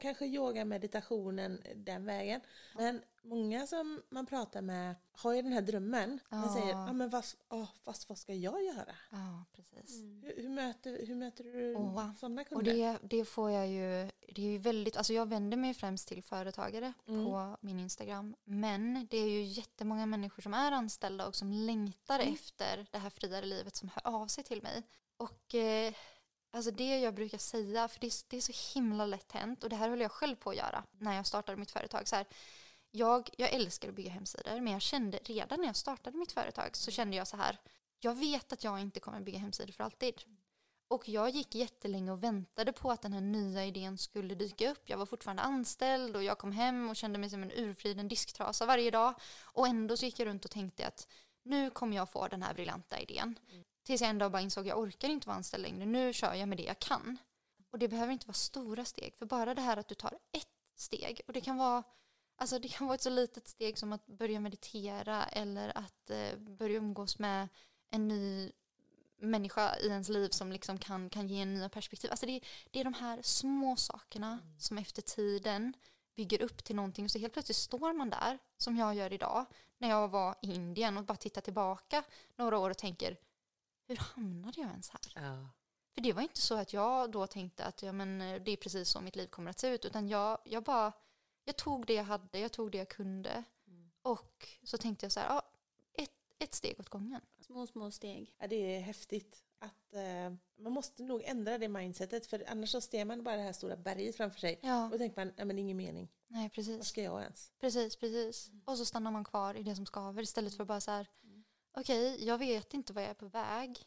kanske yoga, meditationen den vägen. Men många som man pratar med har ju den här drömmen. Ja. Man säger, ja men fast, oh, fast vad ska jag göra? Ja, precis. Mm. Hur, hur, möter, hur möter du Oh, sådana Och kunder? det, det får jag ju, det är ju väldigt, alltså jag vänder mig främst till företagare Mm. på min Instagram. Men det är ju jättemånga människor som är anställda och som längtar Mm. efter det här friare livet som hör av sig till mig. Och eh, alltså det jag brukar säga, för det är, det är så himla lätt hänt, och det här höll jag själv på att göra när jag startade mitt företag. Så här, jag, jag älskar att bygga hemsidor, men jag kände redan när jag startade mitt företag så kände jag så här, jag vet att jag inte kommer bygga hemsidor för alltid. Och jag gick jättelänge och väntade på att den här nya idén skulle dyka upp. Jag var fortfarande anställd och jag kom hem och kände mig som en urfriden disktrasa varje dag. Och ändå så gick jag runt och tänkte att nu kommer jag få den här briljanta idén. Mm. Tills jag en dag bara insåg att jag orkar inte vara anställd längre. Nu kör jag med det jag kan. Och det behöver inte vara stora steg. För bara det här att du tar ett steg. Och det kan vara, alltså det kan vara ett så litet steg som att börja meditera. Eller att eh, börja umgås med en ny människa i ens liv som liksom kan, kan ge en nya perspektiv. Alltså det, det är de här små sakerna mm. som efter tiden bygger upp till någonting. Så helt plötsligt står man där, som jag gör idag, när jag var i Indien och bara tittar tillbaka några år och tänker, hur hamnade jag ens här? Ja. För det var inte så att jag då tänkte att ja, men det är precis så mitt liv kommer att se ut, utan jag, jag bara, jag tog det jag hade, jag tog det jag kunde mm. och så tänkte jag så här, ja, ett, ett steg åt gången. Små, små steg. Ja, det är häftigt. Att, eh, man måste nog ändra det mindsetet, för annars så ser man bara det här stora berget framför sig. Ja. Och tänker man, ja men det är ingen mening. Nej, precis. Vad ska jag ens? Precis, precis. Mm. Och så stannar man kvar i det som skaver istället för bara så här, mm. okej, okay, jag vet inte vad jag är på väg,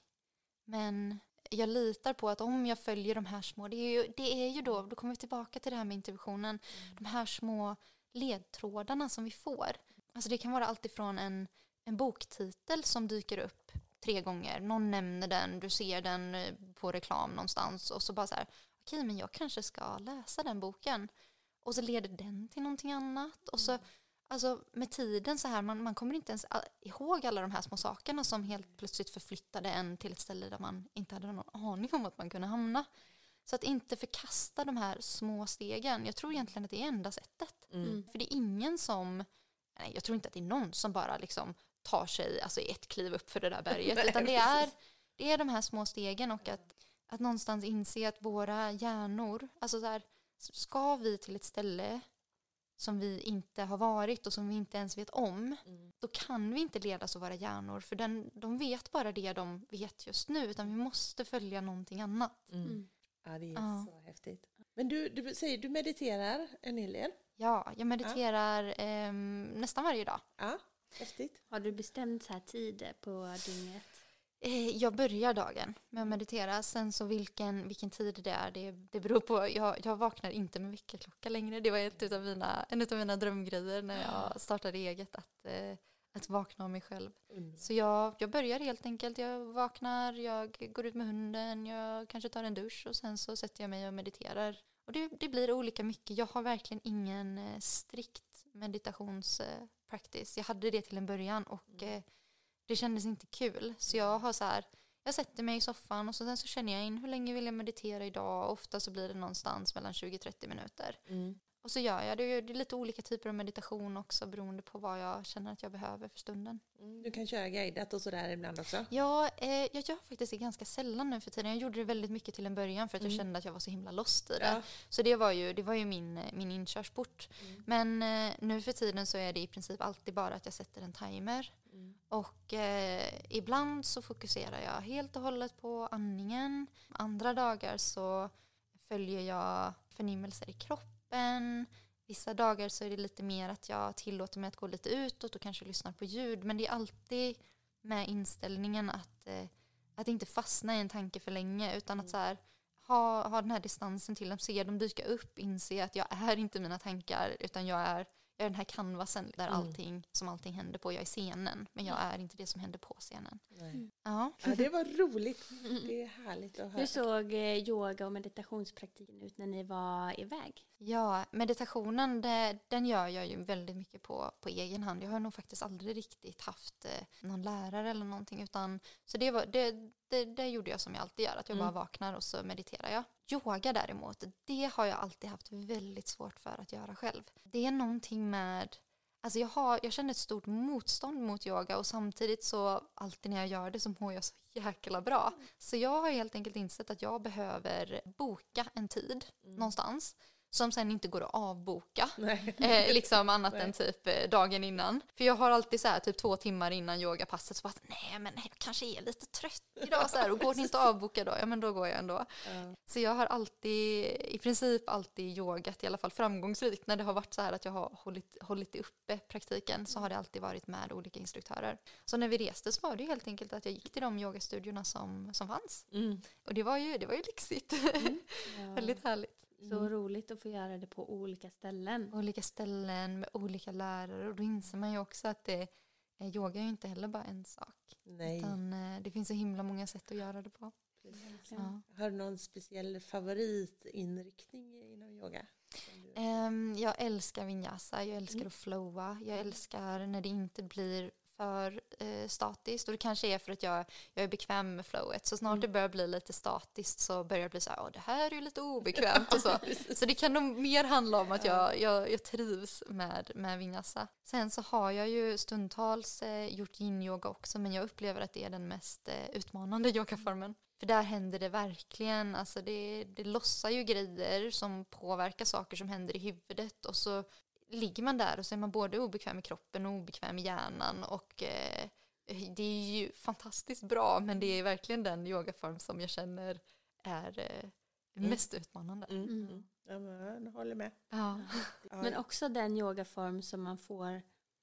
men jag litar på att om jag följer de här små, det är ju, det är ju då, då kommer vi tillbaka till det här med intuitionen, mm. de här små ledtrådarna som vi får. Alltså det kan vara allt ifrån en, en boktitel som dyker upp tre gånger, någon nämner den, du ser den på reklam någonstans och så bara så här, okej, men jag kanske ska läsa den boken. Och så leder den till någonting annat. Och så, alltså med tiden så här, man, man kommer inte ens ihåg alla de här små sakerna som helt plötsligt förflyttade en till ett ställe där man inte hade någon aning om att man kunde hamna. Så att inte förkasta de här små stegen. Jag tror egentligen att det är enda sättet. Mm. För det är ingen som, nej, jag tror inte att det är någon som bara liksom tar sig alltså ett kliv upp för det där berget. Nej, utan det är, det är de här små stegen, och att, att någonstans inse att våra hjärnor, alltså så här, ska vi till ett ställe som vi inte har varit och som vi inte ens vet om, mm. då kan vi inte ledas av våra hjärnor, för den, de vet bara det de vet just nu, utan vi måste följa någonting annat. Mm. Mm. Ja, det är Ja. så häftigt. Men du, du säger du mediterar en hel del? Ja, jag mediterar ja. Eh, nästan varje dag. Ja, häftigt. Har du bestämt så här tider på dygnet? Eh, jag börjar dagen med att meditera. Sen så vilken, vilken tid det är, det, det beror på. Jag, jag vaknar inte med väckarklocka längre. Det var ett av mina, en av mina drömgrejer när jag startade eget, att, eh, att vakna av mig själv. Mm. Så jag, jag börjar helt enkelt. Jag vaknar, jag går ut med hunden, jag kanske tar en dusch och sen så sätter jag mig och mediterar. Och det, det blir olika mycket. Jag har verkligen ingen eh, strikt meditationspractice. Eh, jag hade det till en början och eh, det kändes inte kul. Så jag har så här, jag sätter mig i soffan och så, sen så känner jag in hur länge vill jag meditera idag. Ofta så blir det någonstans mellan tjugo till trettio minuter. Mm. Och så gör jag det. Det är lite olika typer av meditation också, beroende på vad jag känner att jag behöver för stunden. Mm, du kan köra guidat och sådär ibland också? Ja, eh, jag gör faktiskt det ganska sällan nu för tiden. Jag gjorde det väldigt mycket till en början för att jag mm. kände att jag var så himla lost i det. Ja. Så det var ju, det var ju min, min inkörsport. Mm. Men eh, nu för tiden så är det i princip alltid bara att jag sätter en timer. Mm. Och eh, ibland så fokuserar jag helt och hållet på andningen. Andra dagar så följer jag förnimmelser i kroppen. Vissa dagar så är det lite mer att jag tillåter mig att gå lite utåt och kanske lyssnar på ljud. Men det är alltid med inställningen att, eh, att inte fastna i en tanke för länge. Utan att så här, ha, ha den här distansen till dem, se dem dyka upp, inse att jag är inte mina tankar, utan jag är, jag är den här canvasen där Mm. allting, som allting händer på. Jag är scenen, men jag är inte det som händer på scenen. Nej. Ja. Ja, det var roligt. Det är härligt att höra. Hur såg eh, yoga och meditationspraktiken ut när ni var iväg? Ja, meditationen det, den gör jag ju väldigt mycket på, på egen hand. Jag har nog faktiskt aldrig riktigt haft eh, någon lärare eller någonting. Utan, så det, var, det, det, det gjorde jag som jag alltid gör, att jag Mm. bara vaknar och så mediterar jag. Yoga däremot, det har jag alltid haft väldigt svårt för att göra själv. Det är någonting med... Alltså jag, har, jag känner ett stort motstånd mot yoga och samtidigt så alltid när jag gör det så mår jag så jäkla bra. Så jag har helt enkelt insett att jag behöver boka en tid Mm. någonstans som sen inte går att avboka. Nej. Eh, liksom annat Nej. än typ eh, dagen innan. För jag har alltid så här typ två timmar innan yogapasset så bara nej men jag kanske är lite trött idag så här, och går det inte att avboka då, ja men då går jag ändå. Ja. Så jag har alltid, i princip alltid yogat i alla fall framgångsrikt. När det har varit så här att jag har hållit, hållit uppe praktiken så har det alltid varit med olika instruktörer. Så när vi reste så var det helt enkelt att jag gick till de yogastudiorna som, som fanns. Mm. Och det var ju, det var ju lyxigt. Ja. Väldigt härligt. Så Mm. roligt att få göra det på olika ställen. Olika ställen med olika lärare och då inser man ju också att det, eh, yoga är ju inte heller bara en sak. Nej. Utan eh, det finns så himla många sätt att göra det på. Ja. Har du någon speciell favoritinriktning inom yoga? Som du- Ehm, jag älskar vinyasa, jag älskar Mm. att flowa, jag älskar när det inte blir för eh, statiskt och det kanske är för att jag, jag är bekväm med flowet så snart Mm. det börjar bli lite statiskt så börjar det bli så här, "Åh, det här är ju lite obekvämt och så. Så det kan nog mer handla om att jag, jag, jag trivs med, med vinyasa. Sen så har jag ju stundtals eh, gjort yin-yoga också men jag upplever att det är den mest eh, utmanande yogaformen. För där händer det verkligen, alltså det, det lossar ju grejer som påverkar saker som händer i huvudet och så ligger man där och så är man både obekväm i kroppen och obekväm i hjärnan och eh, det är ju fantastiskt bra men det är verkligen den yogaform som jag känner är eh, Mm. mest utmanande. Mm. Mm. Mm. Ja, men jag håller med. Ja. Ja. Men också den yogaform som man får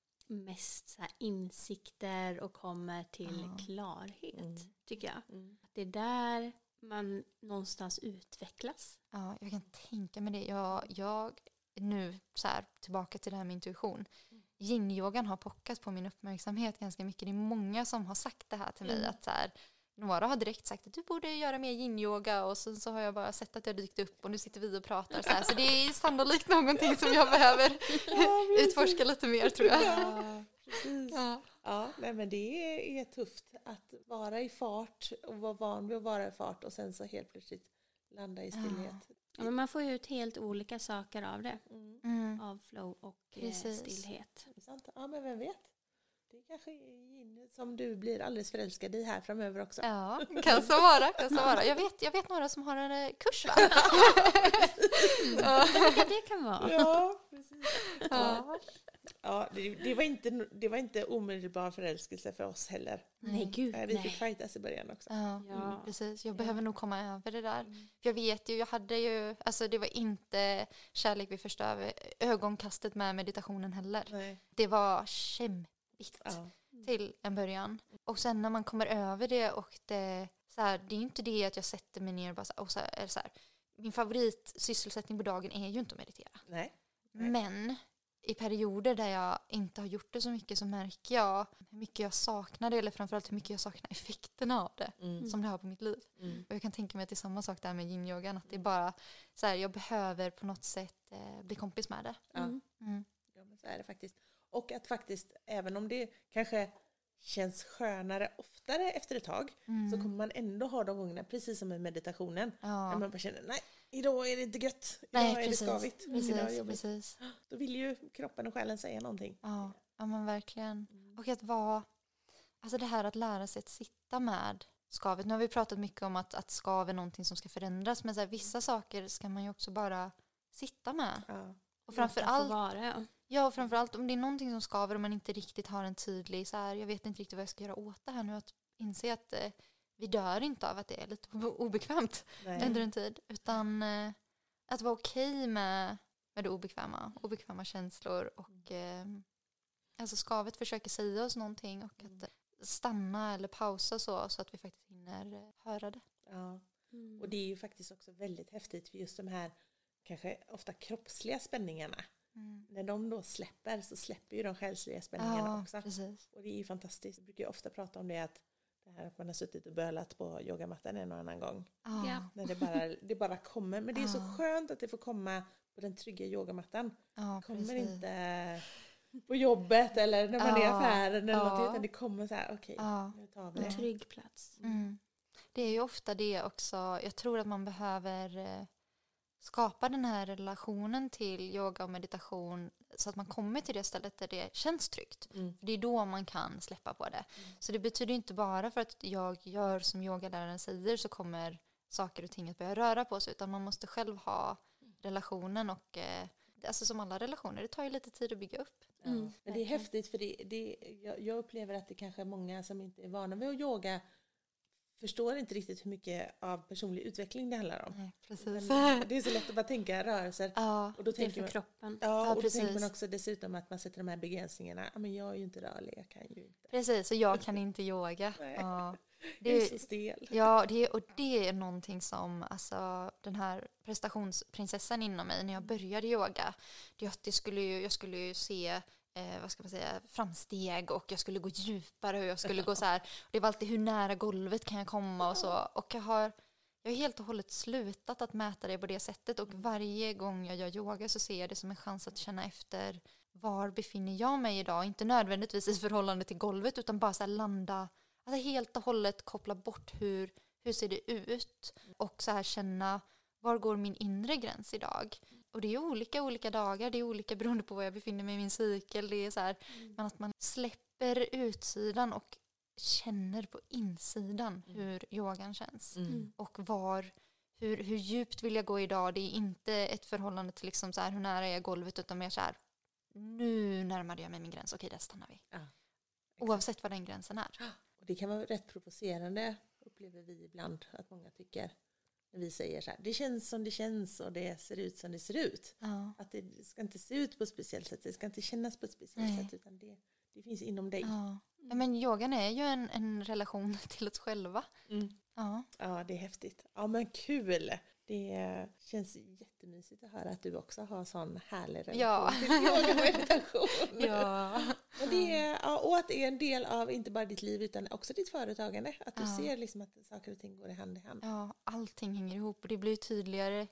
mest så här insikter och kommer till Ja. klarhet, Mm. tycker jag. Mm. Det är där man någonstans utvecklas. Ja, jag kan tänka mig det. Jag, jag nu så här, tillbaka till det här med intuition. Yin-yogan har pockat på min uppmärksamhet ganska mycket. Det är många som har sagt det här till mig. Mm. Att så här, några har direkt sagt att du borde göra mer yin-yoga och sen så har jag bara sett att jag dykt upp och nu sitter vi och pratar. Så, här. Så det är sannolikt någonting som jag behöver Ja, precis. utforska lite mer tror jag. Ja, precis. Ja. Ja, nej, men det är, är tufft att vara i fart och vara van vid att vara i fart och sen så helt plötsligt landa i stillhet. Ja, men man får ju ut helt olika saker av det. Mm. Mm. Av flow och eh, Precis. stillhet. Det är sant. Ja, men vem vet? Det kanske är yin som du blir alldeles förälskad i här framöver också. Ja, kan så vara. Kan så vara. Jag, vet, jag vet några som har en eh, kurs va? Ja. Vilka det kan vara. Ja, precis. Ja. Ja, det, det, var inte, det var inte omedelbar förälskelse för oss heller. Nej, gud, Nej, vi fick nej. fightas i början också. Ja, Ja. mm, precis. Jag Ja. behöver nog komma över det där. Mm. För jag vet ju, jag hade ju, alltså det var inte kärlek vid första öv- ögonkastet med meditationen heller. Nej. Det var kämpigt Ja. till en början. Och sen när man kommer över det och det, så här, det är ju inte det att jag sätter mig ner och bara så, och så här, är det så här, min favoritsysselsättning på dagen är ju inte att meditera. Nej. Nej. Men i perioder där jag inte har gjort det så mycket så märker jag hur mycket jag saknar det, eller framförallt hur mycket jag saknar effekterna av det Mm. som det har på mitt liv. Mm. Och jag kan tänka mig att det är samma sak där med yin-yogan, att det är bara så här, jag behöver på något sätt eh, bli kompis med det. Ja. Mm. Mm. Ja, men så är det faktiskt. Och att faktiskt, även om det kanske känns skönare oftare efter ett tag, Mm. så kommer man ändå ha de gångerna, precis som med meditationen, Ja. när man bara känner, nej, idag är det inte gött, idag Nej, är det precis. skavigt, idag är det Precis, jobbigt. precis. Då vill ju kroppen och själen säga någonting. Ja, ja men verkligen. Mm. Och att vara, alltså det här att lära sig att sitta med skavet. Nu har vi pratat mycket om att, att skav är någonting som ska förändras, men så här, vissa saker ska man ju också bara sitta med. Ja. Och framför Låta få allt, vara. ja, och framför allt om det är någonting som skaver och man inte riktigt har en tydlig, så här, jag vet inte riktigt vad jag ska göra åt det här nu, att inse att eh, vi dör inte av att det är lite obe- obekvämt Nej. under en tid, utan eh, att vara okej med, med det obekväma, obekväma känslor och eh, alltså skavet försöker säga oss någonting och att eh, stanna eller pausa så, så att vi faktiskt hinner eh, höra det. Ja. Mm. Och det är ju faktiskt också väldigt häftigt för just de här kanske ofta kroppsliga spänningarna. Mm. När de då släpper så släpper ju de själsliga spänningarna Ja, också. precis. Och det är ju fantastiskt. Jag brukar ju ofta prata om det, att det här att man har suttit och bölat på yogamattan en och annan gång. Ja. Ja. När det bara, det bara kommer. Men det är så Ja. skönt att det får komma på den trygga yogamattan. Ja, Kommer precis. inte på jobbet eller när man är i Ja, affären eller ja. något, utan det kommer så här, okej, Ja. nu tar vi En det. trygg plats. Mm. Det är ju ofta det också. Jag tror att man behöver eh, skapa den här relationen till yoga och meditation så att man kommer till det stället där det känns tryggt. Mm. För det är då man kan släppa på det. Mm. Så det betyder inte bara för att jag gör som yogaläraren säger så kommer saker och ting att börja röra på sig, utan man måste själv ha relationen och eh, alltså som alla relationer, det tar ju lite tid att bygga upp. Ja. Mm, Men det är verkligen. häftigt för det, det, jag, jag upplever att det kanske är många som inte är vana vid att yoga förstår inte riktigt hur mycket av personlig utveckling det handlar om. Nej, Men precis. det är så lätt att bara tänka rörelser. Ja, Och då Det är tänker för man, kroppen. ja, Ja, och då precis. tänker man också dessutom att man sätter de här begränsningarna. Ja, men jag är ju inte rörlig, jag kan ju inte. precis. Och jag kan inte yoga. Nej. Ja. Jag är Det, så stel. ja, det, och det är någonting som alltså, den här prestationsprinsessan inom mig, när jag började yoga, det, det skulle ju, jag skulle ju se eh, vad ska man säga, framsteg och jag skulle gå djupare och jag skulle gå så här. Det var alltid hur nära golvet kan jag komma och så. Och jag har, jag har helt och hållet slutat att mäta det på det sättet, och varje gång jag gör yoga så ser jag det som en chans att känna efter var befinner jag mig idag, inte nödvändigtvis i förhållande till golvet utan bara så här landa, alltså helt och hållet koppla bort hur, hur ser det ut och så här känna var går min inre gräns idag. Och det är olika olika dagar, det är olika beroende på var jag befinner mig i min cykel. Det är så här, Mm. men att man släpper utsidan och känner på insidan Mm. hur yogan känns. Mm. Och var, hur, hur djupt vill jag gå idag? Det är inte ett förhållande till liksom så här, hur nära är golvet, utan mer så här, nu närmade jag mig min gräns, okej där stannar vi. Ja, Oavsett vad den gränsen är. Och det kan vara rätt provocerande, upplever vi ibland, att många tycker. När vi säger så här, det känns som det känns och det ser ut som det ser ut. Ja. Att det ska inte se ut på ett speciellt sätt, det ska inte kännas på ett speciellt Nej. sätt, utan det, det finns inom dig. Ja. Ja, men yogan är ju en, en relation till oss själva. Mm. Ja. Ja, det är häftigt. Ja, men kul. Det känns jättemysigt att höra att du också har sån härlig relation Ja. till yoga och meditation. Ja. Och, det är, ja, och att det är en del av inte bara ditt liv utan också ditt företagande. Att du Ja. ser liksom att saker och ting går i hand i hand. Ja, allting hänger ihop och det blir tydligare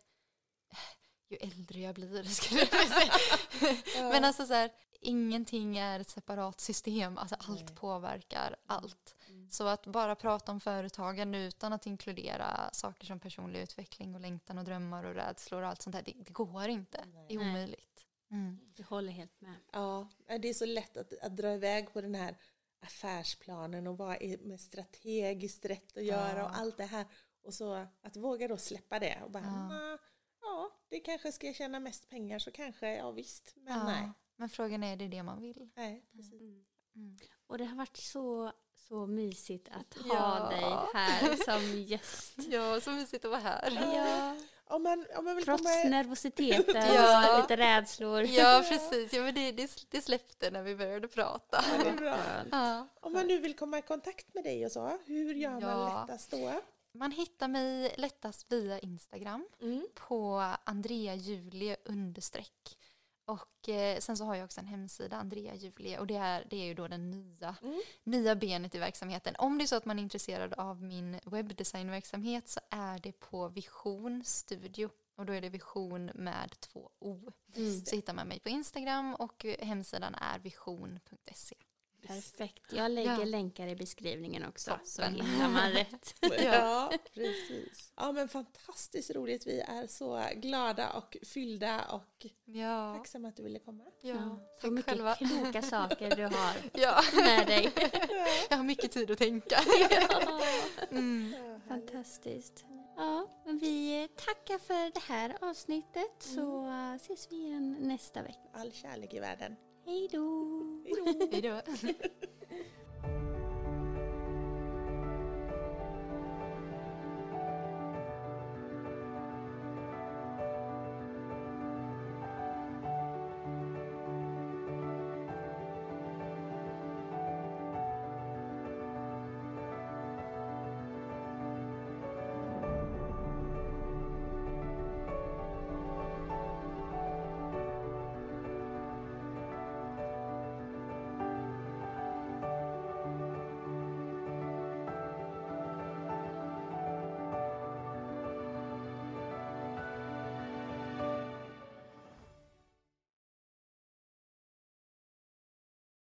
ju äldre jag blir. Skulle jag vilja säga. Ja. Men alltså så här, ingenting är ett separat system. Alltså allt Nej. påverkar allt. Mm. Så att bara prata om företagen utan att inkludera saker som personlig utveckling och längtan och drömmar och rädslor och allt sånt här, det, det går inte. Nej. Det är omöjligt. Mm. Jag håller helt med. Ja, det är så lätt att, att dra iväg på den här affärsplanen och vad är med strategiskt rätt att göra Ja. och allt det här. Och så att våga då släppa det och bara, Ja. ja, ja det kanske ska jag tjäna mest pengar så kanske, ja visst, men Ja. nej. Men frågan är, är det det man vill? Nej, precis. Mm. Mm. Och det har varit så, så mysigt att Ja. ha dig här som gäst. Ja, så mysigt att vara här. Ja. Om man, om man vill Trots komma... nervositeten Ja. och lite rädslor. Ja, precis. Ja, men det, det, det släppte när vi började prata. Ja, det är bra. Ja. Om man nu vill komma i kontakt med dig och så, hur gör man Ja. lättast då? Man hittar mig lättast via Instagram Mm. på Andrea Julie understreck. Och eh, sen så har jag också en hemsida, Andrea Julie, och det är, det är ju då den nya, Mm. nya benet i verksamheten. Om det är så att man är intresserad av min webbdesignverksamhet så är det på Vision Studio. Och då är det Vision med två O. Mm. Så hittar man mig på Instagram och hemsidan är vision punkt se. Perfekt. Jag lägger Ja. länkar i beskrivningen också. Så Toppen. hittar man rätt. Ja, precis. Ja, men fantastiskt roligt. Vi är så glada och fyllda och Ja, tacksamma att du ville komma. ja. Ja, så Tack mycket själva. kloka saker du har Ja. med dig. Jag har mycket tid att tänka. Mm. Fantastiskt. Ja, men vi tackar för det här avsnittet så uh, ses vi igen nästa vecka. All kärlek i världen. Hej då! Hej då! Hej då.